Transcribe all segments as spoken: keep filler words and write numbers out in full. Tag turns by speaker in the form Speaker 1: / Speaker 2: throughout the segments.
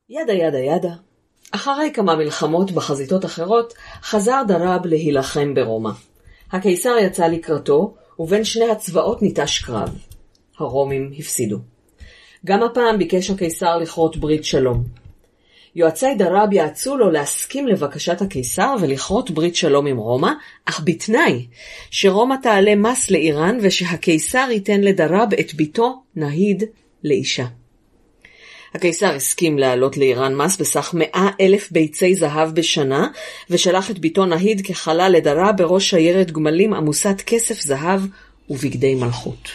Speaker 1: ידה ידה ידה. אחרי כמה מלחמות בחזיתות אחרות, חזר דראב להילחם ברומא. הקיסר יצא לקראתו, ובין שני הצבאות ניטש קרב. הרומים הפסידו. גם הפעם ביקש הקיסר לכרות ברית שלום. יועצי דראב יעצו לו להסכים לבקשת הקיסר ולכרות ברית שלום עם רומא, אך בתנאי שרומא תעלה מס לאיראן ושהקיסר ייתן לדראב את ביתו נהיד לאישה. הקיסר הסכים להעלות לאיראן מס בסך מאה אלף ביצי זהב בשנה, ושלח את ביתו נהיד כחלה לדראב בראש שיירת גמלים עמוסת כסף זהב ובגדי מלכות.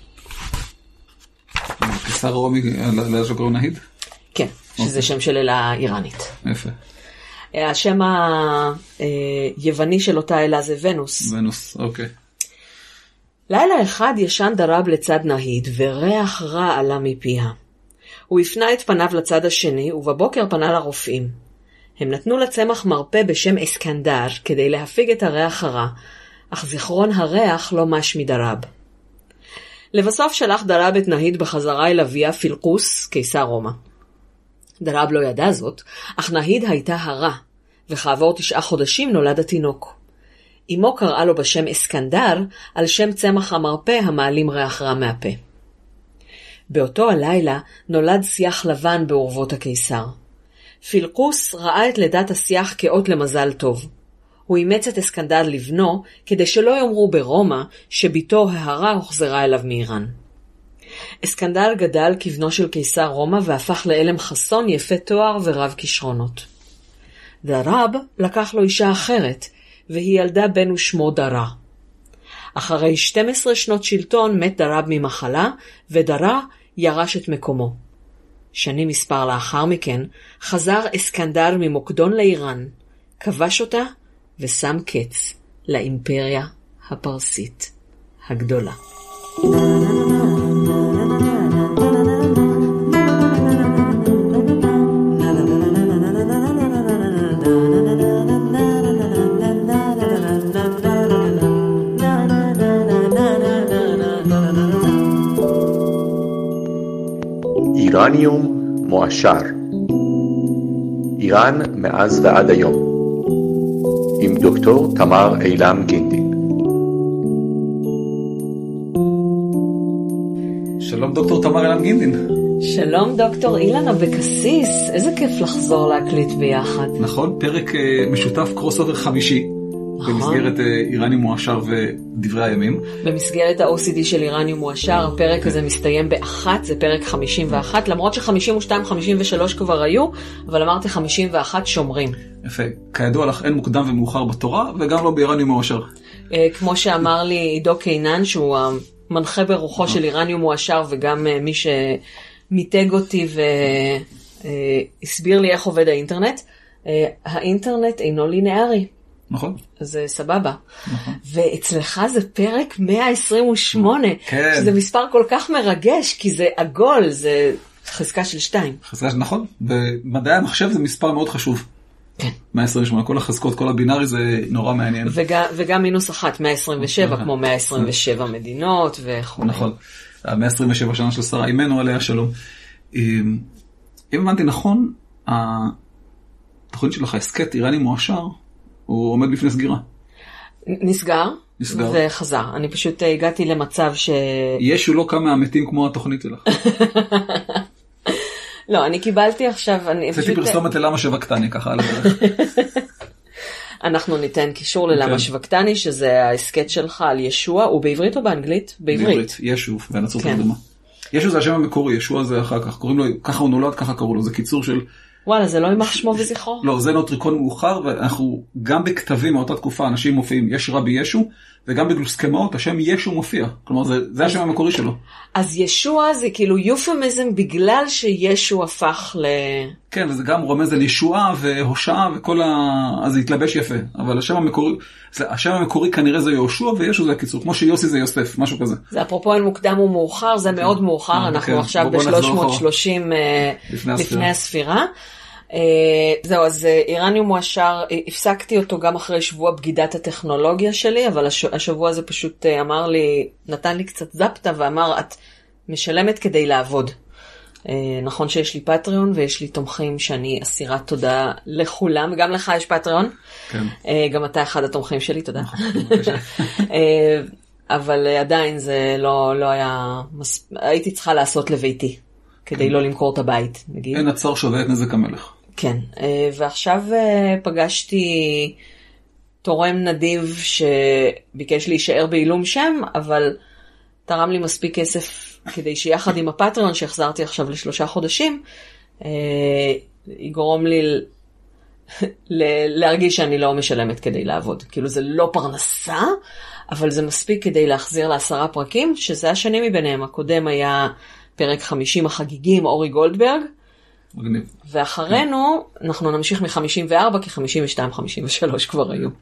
Speaker 2: הקיסר הרומי, לאיזה שקוראים נהיד?
Speaker 1: כן, שזה שם של אלה איראנית.
Speaker 2: יפה.
Speaker 1: השם היווני של אותה אלה זה ונוס.
Speaker 2: ונוס, אוקיי.
Speaker 1: לילה אחד ישן דראב לצד נהיד, וריח רע עלה מפיה. הוא הפנה את פניו לצד השני, ובבוקר פנה לרופאים. הם נתנו לצמח מרפא בשם אסקנדר, כדי להפיג את הריח הרע, אך זיכרון הריח לא מש מדראב. לבסוף שלח דראב את נהיד בחזרה אל אביה פילקוס, קיסר רומא. דראב לא ידע זאת, אך נהיד הייתה הרה, וכעבור תשעה חודשים נולד התינוק. אמו קראה לו בשם אסקנדר, על שם צמח המרפא המעלים ריח רע מהפה. באותו הלילה נולד שיח לבן בעורבות הקיסר. פילקוס ראה את לידת השיח כאות למזל טוב. הוא אימץ את אסקנדר לבנו, כדי שלא יאמרו ברומא שביתו ההרה הוחזרה אליו מאיראן. אסקנדר גדל כבנו של קיסר רומא והפך לאלם חסון יפה תואר ורב כישרונות. דראב לקח לו אישה אחרת, והיא ילדה בן ושמו דרה. אחרי שתים עשרה שנות שלטון מת דראב ממחלה, ודרה ירש את מקומו. שנים מספר לאחר מכן חזר אסקנדר ממוקדון לאיראן, כבש אותה ושם קץ לאימפריה הפרסית הגדולה.
Speaker 3: איראניום מועשר, איראן מאז ועד היום, עם דוקטור תמר אילם גינדין.
Speaker 2: שלום דוקטור תמר אילם גינדין.
Speaker 1: שלום דוקטור אילן אבקסיס, איזה כיף לחזור להקליט ביחד.
Speaker 2: נכון, פרק משותף קרוס אובר חמישי. במסגרת איראניום מועשר ודברי הימים.
Speaker 1: במסגרת ה-או סי די של איראניום מועשר, הפרק הזה מסתיים באחת, זה פרק חמישים ואחת, למרות ש-חמישים ושתיים חמישים ושלוש כבר היו, אבל אמרתי חמישים ואחת שומרים.
Speaker 2: יפה, כידוע לך אין מוקדם ומאוחר בתורה, וגם לא באיראניום מועשר. כמו
Speaker 1: שאמר לי עידו קינן, שהוא המנחה ברוחו של איראניום מועשר, וגם מי שמיתג אותי והסביר לי איך עובד האינטרנט, האינטרנט אינו לינארי.
Speaker 2: נכון.
Speaker 1: אז סבבה. נכון. ואצלך זה פרק מאה עשרים ושמונה,
Speaker 2: כן.
Speaker 1: שזה מספר כל כך מרגש, כי זה עגול, זה חזקה של שתיים.
Speaker 2: חזקה, נכון. במדעי המחשב זה מספר מאוד חשוב.
Speaker 1: כן.
Speaker 2: מאה עשרים ושמונה, כל החזקות, כל הבינארי זה נורא מעניין.
Speaker 1: וגם, וגם מינוס אחת, מאה עשרים ושבע, כמו מאה עשרים ושבע מדינות וכו'.
Speaker 2: נכון. מאה עשרים ושבע שנה של שרה אימנו עליה שלום. אם הבנתי נכון, התוכנית שלך, הסקט איראני מועשר, הוא עומד לפני סגירה.
Speaker 1: נסגר,
Speaker 2: נסגר.
Speaker 1: וחזר. אני פשוט הגעתי למצב ש...
Speaker 2: ישו לא כמה מהמתים כמו התוכנית שלך.
Speaker 1: לא, אני קיבלתי עכשיו...
Speaker 2: עשיתי פרסומת ללמה שבקטני, ככה.
Speaker 1: אנחנו ניתן קישור ללמה שבקטני, שזה ההסקט שלך על ישוע, הוא בעברית או באנגלית? בעברית.
Speaker 2: בעברית, ישו, והנצרות הקדומה. ישו זה השם המקורי, ישוע זה אחר כך. קוראים לו, ככה הוא נולד, ככה קראו לו. זה קיצור של...
Speaker 1: וואלה, זה לא יימח שמו וזכרו?
Speaker 2: לא, זה נוטריקון מאוחר, ואנחנו גם בכתבים מאותה תקופה אנשים מופיעים, יש רבי ישו, וגם בגלוסקמאות השם ישו מופיע. כלומר, זה, זה השם המקורי שלו.
Speaker 1: אז ישוע זה כאילו יופמיזם בגלל שישו הפך ל...
Speaker 2: כן, וזה גם רומז על ישועה והושעה וכל ה... אז זה התלבש יפה. אבל השם המקורי, השם המקורי כנראה זה יהושע, וישו זה הקיצור, כמו שיוסי זה יוסף, משהו כזה.
Speaker 1: זה אפרופו אין מוקדם ומאוחר, זה מאוד מאוחר, אנחנו עכשיו ב-שלוש מאות ושלושים לפני הספירה. זהו, אז איראניום מועשר, הפסקתי אותו גם אחרי שבוע בגידת הטכנולוגיה שלי, אבל השבוע הזה פשוט אמר לי, נתן לי קצת זפטה ואמר, את משלמת כדי לעבוד. נכון שיש לי פטריון ויש לי תומכים שאני אסירת תודה לכולם, גם לך יש פטריון,
Speaker 2: כן.
Speaker 1: גם אתה אחד התומכים שלי, תודה. אבל עדיין זה לא, לא היה, הייתי צריכה לעשות לביתי, כדי
Speaker 2: כן.
Speaker 1: לא למכור את הבית, נגיד.
Speaker 2: אין הצער שווה את נזק המלך.
Speaker 1: כן, ועכשיו פגשתי תורם נדיב שביקש להישאר בעילום שם, אבל תרם לי מספיק כסף כדי שיחד עם הפטריון שהחזרתי עכשיו לשלושה חודשים, יגרום לי להרגיש שאני לא משלמת כדי לעבוד. כאילו זה לא פרנסה, אבל זה מספיק כדי להחזיר לעשרה פרקים, שזה השני מביניהם. הקודם היה פרק חמישים החגיגים, אורי גולדברג,
Speaker 2: מגניב.
Speaker 1: ואחרינו אנחנו נמשיך מ-חמישים וארבע, כי חמישים ושתיים חמישים ושלוש כבר היו.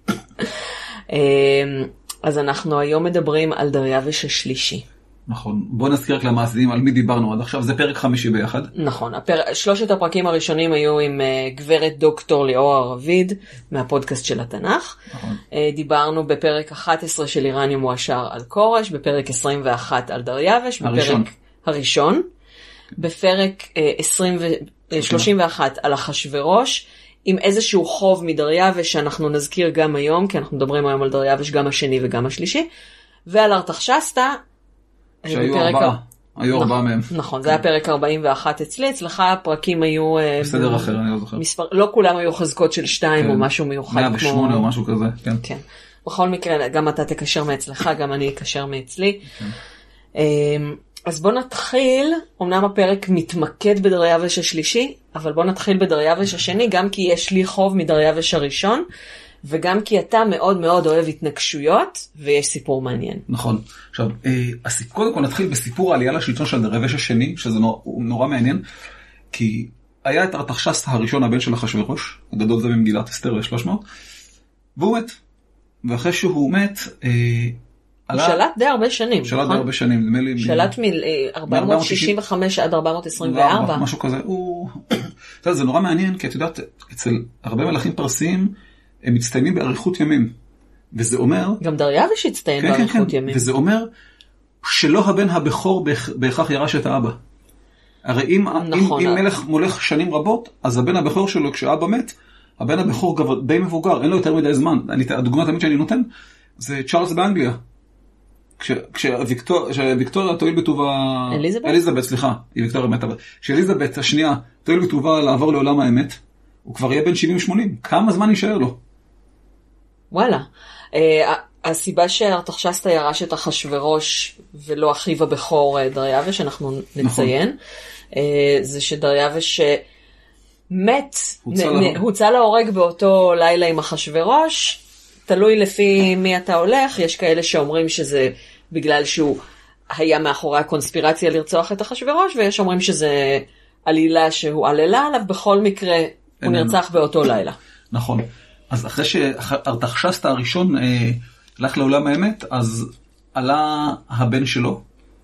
Speaker 1: אז אנחנו היום מדברים על דריווש השלישי.
Speaker 2: נכון. בוא נזכיר רק למאזינים על מי דיברנו עד עכשיו. זה פרק חמישי ביחד.
Speaker 1: נכון. הפר... שלושת הפרקים הראשונים היו עם uh, גברת דוקטור ליאור הרביד, מהפודקאסט של התנ"ך.
Speaker 2: נכון.
Speaker 1: Uh, דיברנו בפרק אחת עשרה של איראניום מואשר על קורש, בפרק עשרים ואחת על דריווש,
Speaker 2: הראשון.
Speaker 1: בפרק הראשון. בפרק uh, עשרים ו... שלושים ואחת על אחשוורוש, עם איזשהו חוב מדריווש שאנחנו נזכיר גם היום, כי אנחנו מדברים היום על דריווש גם השני וגם השלישי, ועל ארתחשסתא,
Speaker 2: שהיו ארבעה, היו ארבעה מהם.
Speaker 1: נכון, זה היה פרק ארבעים ואחת אצלי, אצלך הפרקים היו...
Speaker 2: בסדר אחר, אני לא זוכר.
Speaker 1: לא כולם היו חזקות של שתיים או משהו מיוחד.
Speaker 2: מאה ושמונה או משהו כזה, כן.
Speaker 1: כן. בכל מקרה, גם אתה תקשר מאצלך, גם אני אקשר מאצלי. אז בוא נתחיל, אמנם הפרק מתמקד בדריווש השלישי, אבל בוא נתחיל בדריווש השני, גם כי יש לי חוב מדריווש הראשון, וגם כי אתה מאוד מאוד אוהב התנגשויות, ויש סיפור מעניין.
Speaker 2: נכון. עכשיו, קודם כל נתחיל בסיפור העלייה לשלטון של דריווש השני, שזה נורא מעניין, כי היה את ארתחשסתא הראשון, הבן של אחשוורוש, הגדול זה במגילת אסתר ל-שלוש מאות, והוא מת. ואחרי שהוא מת,
Speaker 1: הוא שלט די הרבה שנים,
Speaker 2: שלט די הרבה שנים, נדמה לי.
Speaker 1: שלט מ-ארבע מאות שישים וחמש עד ארבע מאות עשרים וארבע.
Speaker 2: משהו כזה. זה נורא מעניין, כי את יודעת, אצל הרבה מלכים פרסיים, הם מצטיינים באריכות ימים. וזה אומר...
Speaker 1: גם דריווש הצטיין באריכות ימים.
Speaker 2: וזה אומר שלא הבן הבכור בהכרח ירש את האבא. הרי אם מלך מולך שנים רבות, אז הבן הבכור שלו, כשאבא מת, הבן הבכור די מבוגר, אין לו יותר מדי זמן. הדוגמה תמיד שאני נותן, זה צ'ארלס באנגליה. כשוויקטוריה תואיל בטובה...
Speaker 1: אליזבת?
Speaker 2: אליזבת, סליחה. היא ויקטוריה מתה. כשאליזבת השנייה תואיל בטובה לעבור לעולם האמת, הוא כבר יהיה בן שבעים שמונים. כמה זמן יישאר לו?
Speaker 1: וואלה. הסיבה שארתחשסתא ירש את אחשוורוש ולא אחיו הבכור דריווש, אנחנו נציין, זה שדריווש מת, הוצא להורג באותו לילה עם אחשוורוש, תלוי לפי מי אתה הולך, יש כאלה שאומרים שזה בגלל שהוא היה מאחורי הקונספירציה לרצוח את אחשוורוש, ויש אומרים שזה עלילה שהוא עללה עליו, בכל מקרה הוא נרצח באותו לילה.
Speaker 2: נכון. אז אחרי שארתחשסתא הראשון אה, הלך לעולם האמת, אז עלה הבן שלו,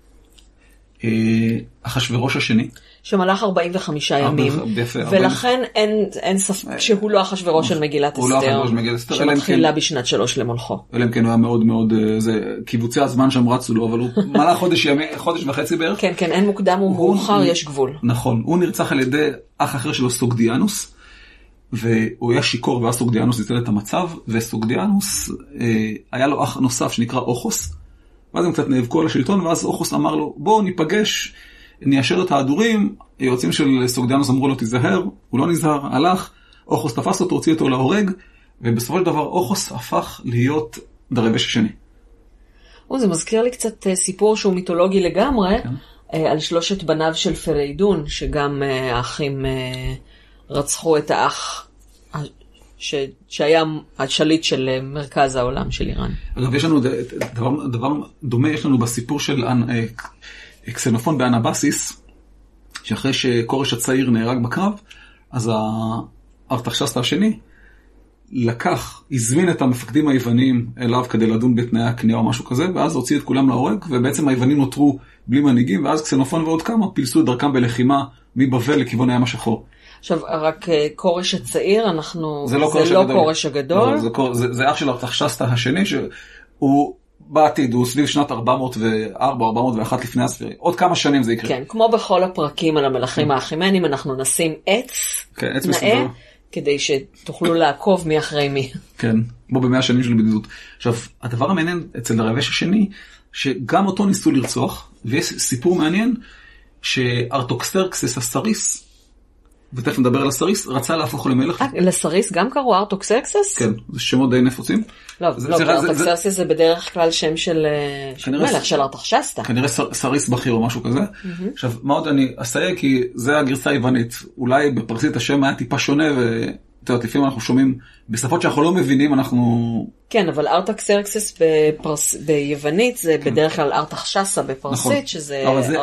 Speaker 2: אה, אחשוורוש השני.
Speaker 1: שמלך ארבעים וחמישה ימים, ולכן אין, אין ספק שהוא לא אחשוורוש של מגילת אסתר, שמתחילה בשנת שלוש למולכו.
Speaker 2: אלא אם כן הוא היה מאוד מאוד, זה קיבוצי הזמן שם רצו לו, אבל הוא מלך חודש ימי, חודש וחצי בערך.
Speaker 1: כן, כן, אין מוקדם ומאוחר, יש גבול.
Speaker 2: נכון, הוא נרצח על ידי אח אחר שלו, סוגדיאנוס, והוא היה שיקור, ואז סוגדיאנוס ניצל את המצב, וסוגדיאנוס אה, היה לו אח נוסף שנקרא אוכוס, ואז הם קצת נאבקו על השלטון, ואז אוכוס אמר לו, בוא ניפגש, ניישר את ההדורים, היועצים של סוגדיאנוס אמרו לו, תיזהר, הוא לא נזהר, הלך, אוכוס תפס אותו, הוציא אותו להורג, ובסופו של דבר אוכוס הפך להיות דריווש השני.
Speaker 1: זה מזכיר לי קצת סיפור שהוא מיתולוגי לגמרי, כן. על שלושת בניו של פריידון, שגם האחים רצחו את האח ש... שהיה השליט של מרכז העולם של איראן.
Speaker 2: אגב, יש לנו דבר, דבר דומה, יש לנו בסיפור של קסנופון באנבסיס, שאחרי שקורש הצעיר נהרג בקרב, אז ארתחשסתא השני לקח, הזמין את המפקדים היווניים אליו כדי לדון בתנאי הקנייה או משהו כזה, ואז הוציא את כולם להורג, ובעצם היוונים נותרו בלי מנהיגים, ואז קסנופון ועוד כמה פילסו את דרכם בלחימה מבבל לכיוון הים השחור.
Speaker 1: עכשיו, רק קורש הצעיר, אנחנו... זה לא קורש הגדול.
Speaker 2: זה אח של ארתחשסתא השני, שהוא בעתיד, הוא סביב שנת ארבע מאות וארבע ארבע מאות ואחת לפני הספירה. עוד כמה שנים זה יקרה.
Speaker 1: כן, כמו בכל הפרקים על המלכים האחימנים, אנחנו נשים עץ,
Speaker 2: כן, עץ
Speaker 1: נאה,
Speaker 2: מסודר.
Speaker 1: כדי שתוכלו לעקוב מי אחרי מי.
Speaker 2: כן, כמו במאה שנים של בדידות. עכשיו, הדבר המעניין אצל דריווש השני, שגם אותו ניסו לרצוח, ויש סיפור מעניין, שארטוקסרקסס הסריס, ותכף נדבר על הסריס, רצה להפוך למלך.
Speaker 1: אה, לסריס גם קראו ארטוקסרקסס?
Speaker 2: כן, זה שמות די נפוצים.
Speaker 1: לא, לא, ארטוקסרקסס זה בדרך כלל שם של מלך, של ארטחשסטה.
Speaker 2: כנראה סריס בכיר או משהו כזה. עכשיו, מה עוד אני אסייג, כי זה הגרסה היוונית. אולי בפרסית השם היה טיפה שונה, ואתה יודעת, לפעמים אנחנו שומעים, בשפות שאנחנו לא מבינים, אנחנו...
Speaker 1: כן, אבל ארטוקסרקסס ביוונית זה בדרך כלל ארטחשסטה בפרסית, שזה...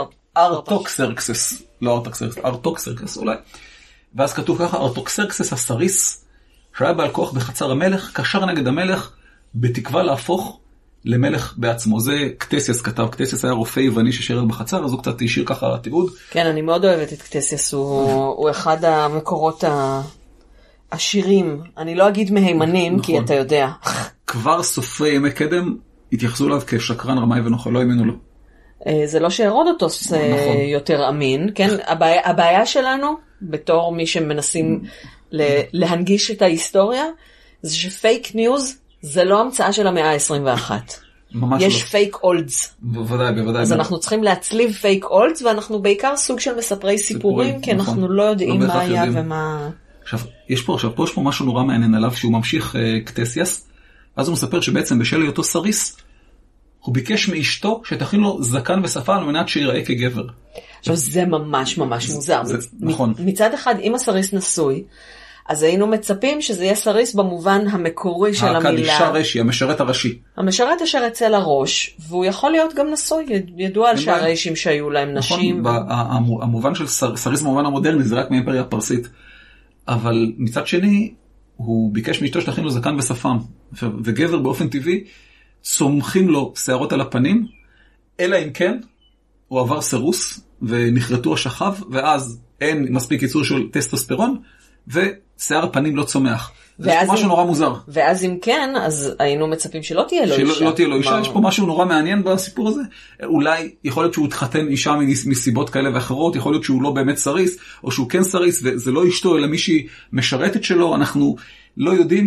Speaker 2: ארטוקסרקסס, לא ארטוקסרקסס, ארטוקסרקסס אולי. ואז כתוב ככה, ארטוקסרקסס הסריס, שהיה בעל כוח בחצר המלך, קשר נגד המלך, בתקווה להפוך למלך בעצמו. זה קטסיאס כתב, קטסיאס היה רופא יווני ששירת בחצר, אז הוא קצת השאיר ככה תיעוד.
Speaker 1: כן, אני מאוד אוהבת את קטסיאס, הוא, הוא אחד המקורות העשירים, אני לא אגיד מהימנים, נכון. כי אתה יודע.
Speaker 2: כבר סופרי ימי קדם התייחסו אליו כשקרן רמאי ונוכל, לא האמינו לו.
Speaker 1: זה לא שהרודוטוס נכון. יותר אמין, כן? הבעיה, הבעיה שלנו, בתור מי שמנסים להנגיש את ההיסטוריה, זה שפייק ניוז זה לא המצאה של המאה ה-עשרים ואחת.
Speaker 2: ממש
Speaker 1: יש
Speaker 2: לא.
Speaker 1: פייק אולדס.
Speaker 2: בוודאי, בוודאי.
Speaker 1: אז אנחנו צריכים להצליב פייק אולדס, ואנחנו בעיקר סוג של מספרי סיפורים, סיפורים כי נכון. אנחנו לא יודעים לא מה היה יודעים. ומה...
Speaker 2: עכשיו, יש פה, עכשיו, פה יש פה משהו נורא מעניין עליו, שהוא ממשיך uh, קטסיאס, אז הוא מספר שבעצם בשל היותו סריס, הוא ביקש מאשתו שתכין לו זקן ושפה על מנת שיראה כגבר.
Speaker 1: עכשיו זה ממש ממש מוזר.
Speaker 2: זה, נכון.
Speaker 1: מצד אחד, אם הסריס נשוי, אז היינו מצפים שזה יהיה סריס במובן המקורי של המילה.
Speaker 2: הקדישה רשי, המשרת הראשי.
Speaker 1: המשרת אשר אצל הראש, והוא יכול להיות גם נשוי, ידוע על שהרשים שהיו להם נשים.
Speaker 2: נכון, המובן של סריס במובן המודרני, זה רק מאימפריה הפרסית. אבל מצד שני, הוא ביקש מאשתו שתכין לו זקן ושפם. וגבר באופן טבעי, צומחים לו שערות על הפנים, אלא אם כן, הוא עבר סירוס, ונחרטו השכב, ואז אין מספיק ייצור של טסטוסטרון, ושיער הפנים לא צומח. זה משהו נורא מוזר.
Speaker 1: ואז אם כן, אז היינו מצפים שלא תהיה לו אישה.
Speaker 2: שלא תהיה לו אישה, יש פה משהו נורא מעניין בסיפור הזה. אולי יכול להיות שהוא התחתן אישה מסיבות כאלה ואחרות, יכול להיות שהוא לא באמת סריס, או שהוא כן סריס, וזה לא אשתו, אלא מישהי משרתת שלו, אנחנו לא יודעים...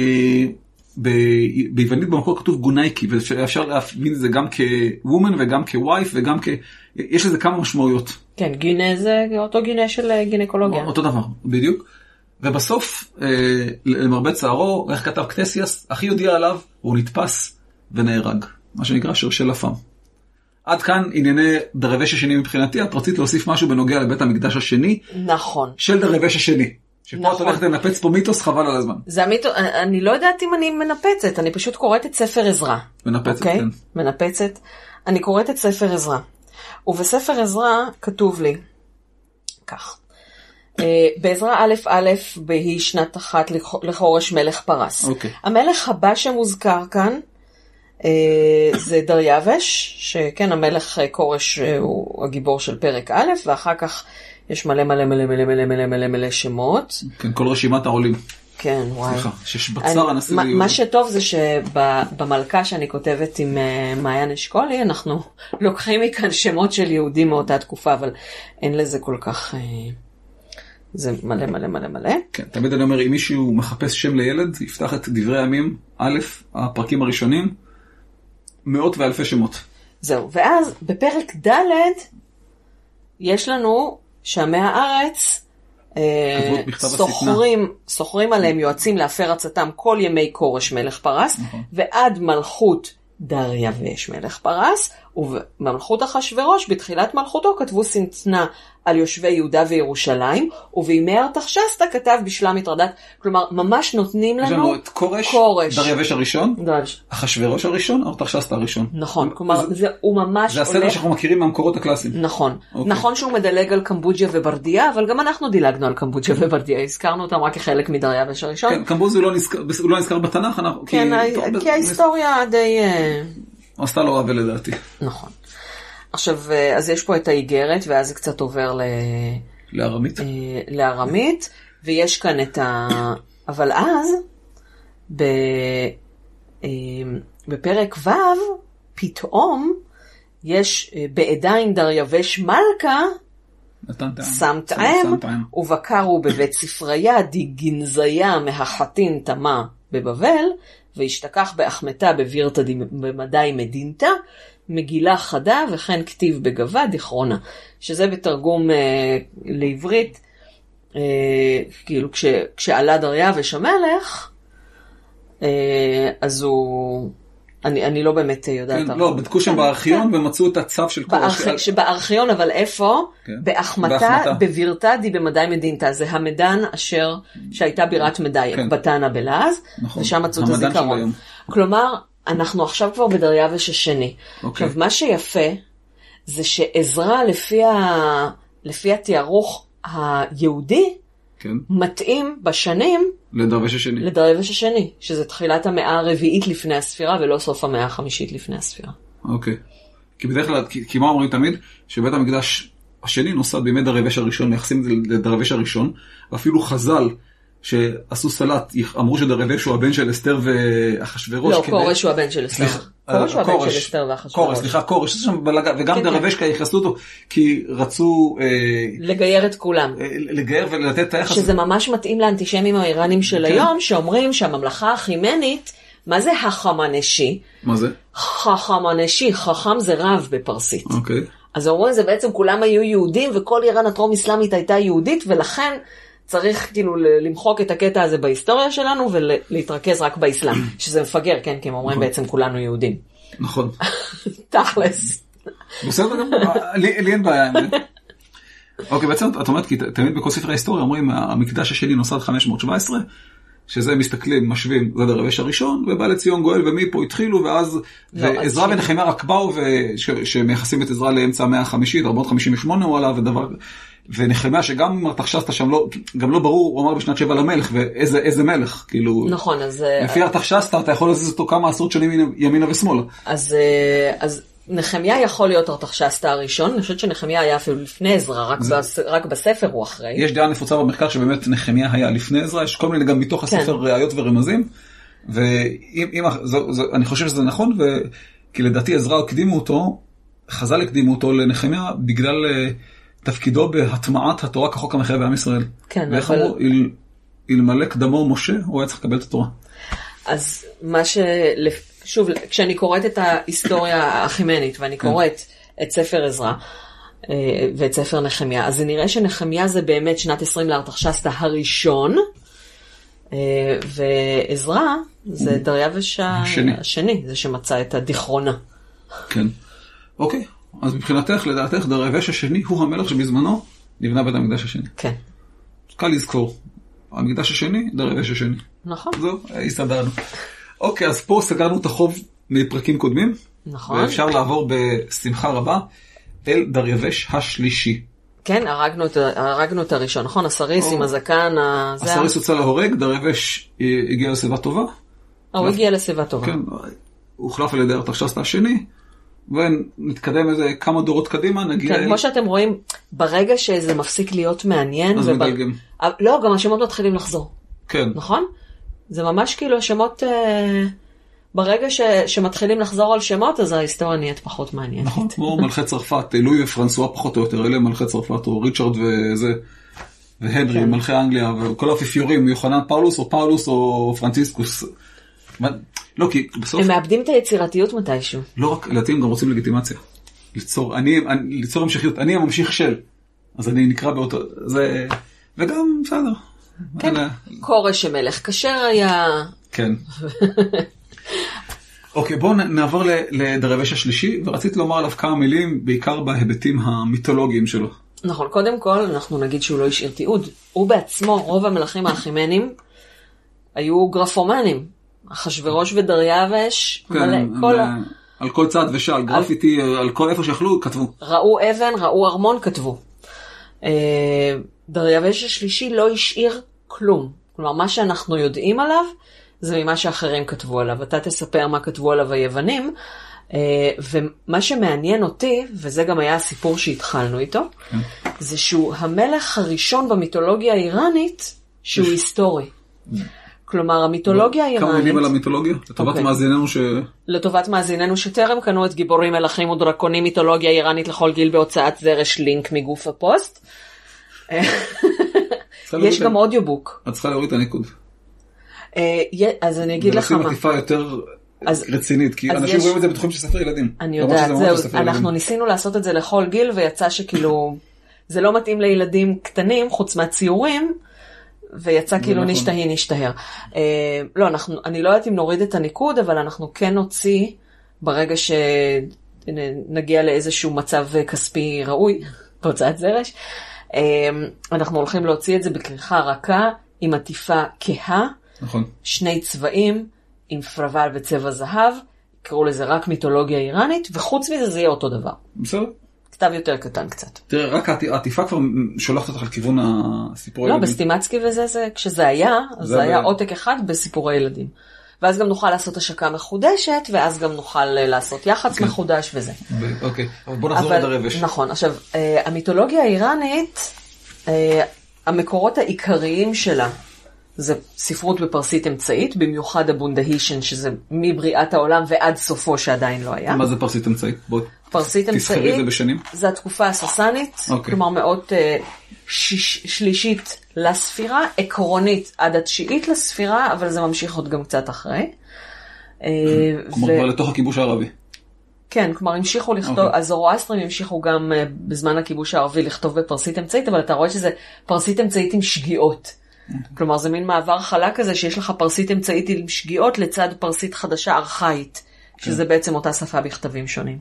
Speaker 2: ביוונית במקור כתוב גונייקי, ואפשר להבין את זה גם כוומן וגם כווייף וגם כ... יש לזה כמה משמעויות.
Speaker 1: כן, גינה זה אותו גינה של גינקולוגיה.
Speaker 2: אותו דבר, בדיוק. ובסוף, למרבה צערו, איך כתב קטסיאס, אחי יודיע עליו, הוא נתפס ונהרג. מה שנקרא שרשל לפם. עד כאן ענייני דריווש השני מבחינתי, את רצית להוסיף משהו בנוגע לבית המקדש השני.
Speaker 1: נכון.
Speaker 2: של דריווש השני. שפה את הולכת לנפץ פה מיתוס, חבל על הזמן.
Speaker 1: זה המיתוס, אני לא יודעת אם אני מנפצת, אני פשוט קוראת את ספר עזרא.
Speaker 2: מנפצת, כן.
Speaker 1: מנפצת. אני קוראת את ספר עזרא. ובספר עזרא כתוב לי, כך, בעזרא א' א' בהיא שנת אחת לחורש מלך פרס. המלך הבא שמוזכר כאן, זה דריווש, שכן המלך קורש הוא הגיבור של פרק א', ואחר כך יש מלא מלא מלא מלא מלא מלא מלא מלא שמות.
Speaker 2: כן, כל רשימת העולים.
Speaker 1: כן, וואי.
Speaker 2: סליחה, ששבצר הנשיא ליהוד.
Speaker 1: מה שטוב זה שבמלכה שאני כותבת עם מעיין אשכולי, אנחנו לוקחים מכאן שמות של יהודים מאותה תקופה, אבל אין לזה כל כך... זה מלא מלא מלא מלא. כן,
Speaker 2: תמיד אני אומר, אם מישהו מחפש שם לילד, יפתח את דברי הימים, א', הפרקים הראשונים, מאות ואלפי שמות.
Speaker 1: זהו, ואז בפרק ד' יש לנו שעמי הארץ סוחרים, סוחרים עליהם יועצים להפר עצתם כל ימי קורש מלך פרס, ועד מלכות דריווש מלך פרס, ובמלכות אחשוורוש בתחילת מלכותו כתבו שטנה על יושבי יהודה וירושלים, ובימי ארתחשסתא כתב בשלם מתרדת, כלומר ממש נותנים לנו,
Speaker 2: יש לנו את קורש,
Speaker 1: קורש.
Speaker 2: דריווש הראשון, אחשוורוש הראשון, ארתחשסתא הראשון.
Speaker 1: נכון, כלומר זה, הוא ממש
Speaker 2: זה הסדר הולך... שאנחנו מכירים מהמקורות הקלאסיים.
Speaker 1: נכון, okay. נכון שהוא מדלג על קמבודיה וברדיה, אבל גם אנחנו דילגנו על קמבודיה וברדיה, הזכרנו אותם רק כחלק מדריווש הראשון. כן,
Speaker 2: קמבודיה לא נזכר, לא נזכר בתנ"ך, אנחנו...
Speaker 1: כן, כי, כי, כי ההיסטוריה די...
Speaker 2: עשתה לו עוול לדעתי.
Speaker 1: נכון. עכשיו, אז יש פה את האיגרת, ואז זה קצת עובר ל...
Speaker 2: לארמית.
Speaker 1: לארמית, ויש כאן את ה... אבל אז, ב... בפרק ו' פתאום יש בעדיין דריווש מלכה, שם טעם, ובקרו בבית ספריה די גנזיה מהחתין תמה בבבל, והשתכח באחמתה בבירתא במדי מדינתא, מגילה חדה וכן כתיב בגבה דכרונה, שזה בתרגום אה, לעברית, אה, כאילו כש, כשעלה דריווש המלך, אה, אז הוא... אני, אני לא באמת יודעת.
Speaker 2: כן, לא, בדקו שם בארכיון ומצאו את הצו של קורש.
Speaker 1: בארכ... שבארכיון, אבל איפה? כן. באחמתה, בבירתא די במדי מדינתא. זה המדן אשר שהייתה בירת מדי, כן. בתנא בלעז, נכון. ושם מצאו את הזיכרון. כלומר, אנחנו עכשיו כבר בדריווש השני. אוקיי. עכשיו, מה שיפה, זה שעזרא לפי, ה... לפי התיארוך היהודי, כן. מתאים בשנים
Speaker 2: לדרווש השני.
Speaker 1: לדרווש השני, שזה תחילת המאה הרביעית לפני הספירה, ולא סוף המאה החמישית לפני הספירה.
Speaker 2: אוקיי. כי בדרך כלל, כי, כי מה אומרים תמיד? שבית המקדש השני נוסד בימי דרווש הראשון, מייחסים את זה לדרווש הראשון, ואפילו חז"ל שעשו סלט, אמרו שדרווש הוא הבן של אסתר ואחשוורוש.
Speaker 1: לא, קורש הוא הבן של אסתר. קורש הוא הבן של אסתר ואחשוורוש.
Speaker 2: קורש, סליחה, קורש. וגם דרווש יחסלו אותו, כי רצו...
Speaker 1: לגייר את כולם.
Speaker 2: לגייר ולתת את היחס.
Speaker 1: שזה ממש מתאים לאנטישמים האיראנים של היום, שאומרים שהממלכה החימנית, מה זה החמנשי?
Speaker 2: מה זה?
Speaker 1: חכמנשי, חכם זה רב בפרסית.
Speaker 2: אוקיי.
Speaker 1: אז אומרים, זה בעצם כולם היו יהודים, וכל איראן הטרום-אסלאמית הייתה יהודית, ולכן צריך כאילו למחוק את הקטע הזה בהיסטוריה שלנו, ולהתרכז רק באסלאם, שזה מפגר, כן, כי הם אומרים בעצם כולנו יהודים.
Speaker 2: נכון.
Speaker 1: תכלס.
Speaker 2: בסדר גם, לי אין בעיה עם זה. אוקיי, בעצם את אומרת, כי תמיד בכל ספרי ההיסטוריה אומרים, המקדש השני נוסד חמש מאות שבע עשרה, שזה מסתכלים, משווים, זה דרווש הראשון, ובא לציון גואל, ומפה התחילו, ואז עזרא ונחמיה רק באו, שמייחסים את עזרא לאמצע המאה החמישית, ארבע מאות חמישים ושמונה הוא עלה, ודבר... ונחמיה שגם אם ארתחשסתא שם לא, גם לא ברור, הוא אמר בשנת שבע למלך, ואיזה איזה מלך, כאילו...
Speaker 1: נכון, אז...
Speaker 2: לפי ארתחשסתא אתה יכול להזיז אותו כמה עשרות שנים ימינה ושמאלה.
Speaker 1: אז, אז נחמיה יכול להיות ארתחשסתא הראשון, אני חושבת שנחמיה היה אפילו לפני עזרא, רק, זה... בס... רק בספר הוא אחרי. יש
Speaker 2: דעה נפוצה במחקר שבאמת נחמיה היה לפני עזרא, יש כל מיני גם מתוך הספר כן. ראיות ורמזים, ואם, זו, זו, אני חושב שזה נכון, ו... כי לדעתי עזרא הקדימו אותו, חז"ל הקדימו אותו לנחמיה, בגלל... תפקידו בהטמעת התורה כחוק המחייב בעם ישראל.
Speaker 1: כן,
Speaker 2: ואיך
Speaker 1: אבל...
Speaker 2: אמרו, אל, אלמלא קדמו משה, הוא היה צריך לקבל את התורה.
Speaker 1: אז מה ש... שוב, כשאני קוראת את ההיסטוריה החימנית, ואני קוראת כן. את ספר עזרא, ואת ספר נחמיה, אז זה נראה שנחמיה זה באמת שנת עשרים לארתחשסתא הראשון, ועזרא זה דריווש השני. השני, זה שמצא את הדכרונה.
Speaker 2: כן. אוקיי. אז מבחינתך, לדעתך, דרווש השני הוא המלך שבזמנו נבנה בית המקדש השני.
Speaker 1: כן.
Speaker 2: קל לזכור. המקדש השני, דרווש השני.
Speaker 1: נכון.
Speaker 2: זהו, הסתדרנו. אוקיי, אז פה סגרנו את החוב מפרקים קודמים.
Speaker 1: נכון.
Speaker 2: ואפשר לעבור בשמחה רבה אל דרווש השלישי.
Speaker 1: כן, הרגנו את, הרגנו את הראשון, נכון? הסריס או... עם הזקן.
Speaker 2: הסריס הוצא להורג, דרווש הגיע לסביבה טובה.
Speaker 1: הוא הגיע לסביבה טובה.
Speaker 2: כן, הוא הוחלף על ידי ארתחשסתא השני. ונתקדם איזה כמה דורות קדימה, נגיע...
Speaker 1: כן, כמו שאתם רואים, ברגע שזה מפסיק להיות מעניין...
Speaker 2: אז
Speaker 1: ובא...
Speaker 2: מדלגים.
Speaker 1: לא, גם השמות מתחילים לחזור.
Speaker 2: כן.
Speaker 1: נכון? זה ממש כאילו השמות... אה... ברגע ש... שמתחילים לחזור על שמות, אז ההיסטוריה נהיית פחות מעניינת.
Speaker 2: נכון, כמו מלכי צרפת, לואי ופרנסואה פחות או יותר, אלה מלכי צרפת, או ריצ'רד וזה, והנרי, כן. מלכי אנגליה, וכל האפיפיורים, יוחנן פאולוס, או פאולוס, או פרנציסקוס. לא, כי בסוף...
Speaker 1: הם מאבדים את היצירתיות מתישהו.
Speaker 2: לא רק, לדעתי הם גם רוצים לגיטימציה. ליצור, אני, אני, ליצור המשכיות. אני הממשיך של. אז אני נקרא באותו, זה... וגם, בסדר.
Speaker 1: כן, אלה... קורש המלך כשר היה...
Speaker 2: כן. אוקיי, בואו נעבור לדרווש השלישי, ורציתי לומר עליו כמה מילים, בעיקר בהיבטים המיתולוגיים שלו.
Speaker 1: נכון, קודם כל, אנחנו נגיד שהוא לא השאיר תיעוד. הוא בעצמו, רוב המלכים האחימנים, היו גרפומנים. אחשוורוש ודריווש,
Speaker 2: כן, כל... על כל צד ושל, גרפיטי, על... על כל איפה שיכלו, כתבו.
Speaker 1: ראו אבן, ראו ארמון, כתבו. דריווש השלישי לא השאיר כלום. כלומר, מה שאנחנו יודעים עליו, זה ממה שאחרים כתבו עליו. אתה תספר מה כתבו עליו היוונים, ומה שמעניין אותי, וזה גם היה הסיפור שהתחלנו איתו, כן. זה שהוא המלך הראשון במיתולוגיה האיראנית, שהוא היסטורי. כלומר, המיתולוגיה האיראנית...
Speaker 2: כמה מילים על המיתולוגיה? לטובת מאזיננו ש...
Speaker 1: לטובת מאזיננו שטרם קנו את גיבורים, מלאכים ודרקונים, מיתולוגיה איראנית לכל גיל בהוצאת זרש, לינק מגוף הפוסט. יש גם אודיובוק.
Speaker 2: את צריכה להוריד את הניקוד.
Speaker 1: אז אני אגיד לך מה.
Speaker 2: ולשים עטיפה יותר רצינית, כי אנשים רואים את זה בתחום של ספר ילדים.
Speaker 1: אני יודעת, זהו, אנחנו ניסינו לעשות את זה לכל גיל, ויצא שכאילו, זה לא מתאים לילדים קטנים, חוץ מהציורים, ויצא כאילו נשתהי נשתהר. לא, אני לא יודעת אם נוריד את הניקוד, אבל אנחנו כן נוציא, ברגע שנגיע לאיזשהו מצב כספי ראוי, בהוצאת זרש, אנחנו הולכים להוציא את זה בכריכה רכה, עם עטיפה כהה,
Speaker 2: נכון.
Speaker 1: שני צבעים, עם פרוול וצבע זהב, קראו לזה רק מיתולוגיה איראנית, וחוץ מזה זה יהיה אותו דבר.
Speaker 2: בסדר.
Speaker 1: כתב יותר קטן קצת.
Speaker 2: תראה, רק העטיפה כבר שולחת אותך לכיוון הסיפורי
Speaker 1: לא,
Speaker 2: ילדים.
Speaker 1: בסטימצקי וזה, זה, כשזה היה, אז זה היה עותק אחד בסיפורי ילדים. ואז גם נוכל לעשות השקה מחודשת, ואז גם נוכל לעשות יח"צ מחודש וזה.
Speaker 2: אוקיי, אבל בוא נחזור עד הרבש.
Speaker 1: נכון, עכשיו, המיתולוגיה האיראנית, המקורות העיקריים שלה, זה ספרות בפרסית אמצעית, במיוחד הבונדהישן, שזה מבריאת העולם ועד סופו שעדיין לא היה.
Speaker 2: מה זה פרסית אמצעית? בוא
Speaker 1: פרסית אמצעית,
Speaker 2: זה בשנים?
Speaker 1: זה התקופה הססנית, okay. כלומר מאות uh, שיש, שלישית לספירה, עקרונית עד התשיעית לספירה, אבל זה ממשיך עוד גם קצת אחרי.
Speaker 2: כלומר ו... כבר לתוך הכיבוש הערבי.
Speaker 1: כן, כלומר המשיכו לכתוב, okay. הזורואסטרים המשיכו גם uh, בזמן הכיבוש הערבי לכתוב בפרסית אמצעית, אבל אתה רואה שזה פרסית אמצעית עם שגיאות. כלומר, זה מין מעבר חלק כזה, שיש לך פרסית אמצעית עם שגיאות לצד פרסית חדשה ארכאית, שזה בעצם אותה שפה בכתבים שונים.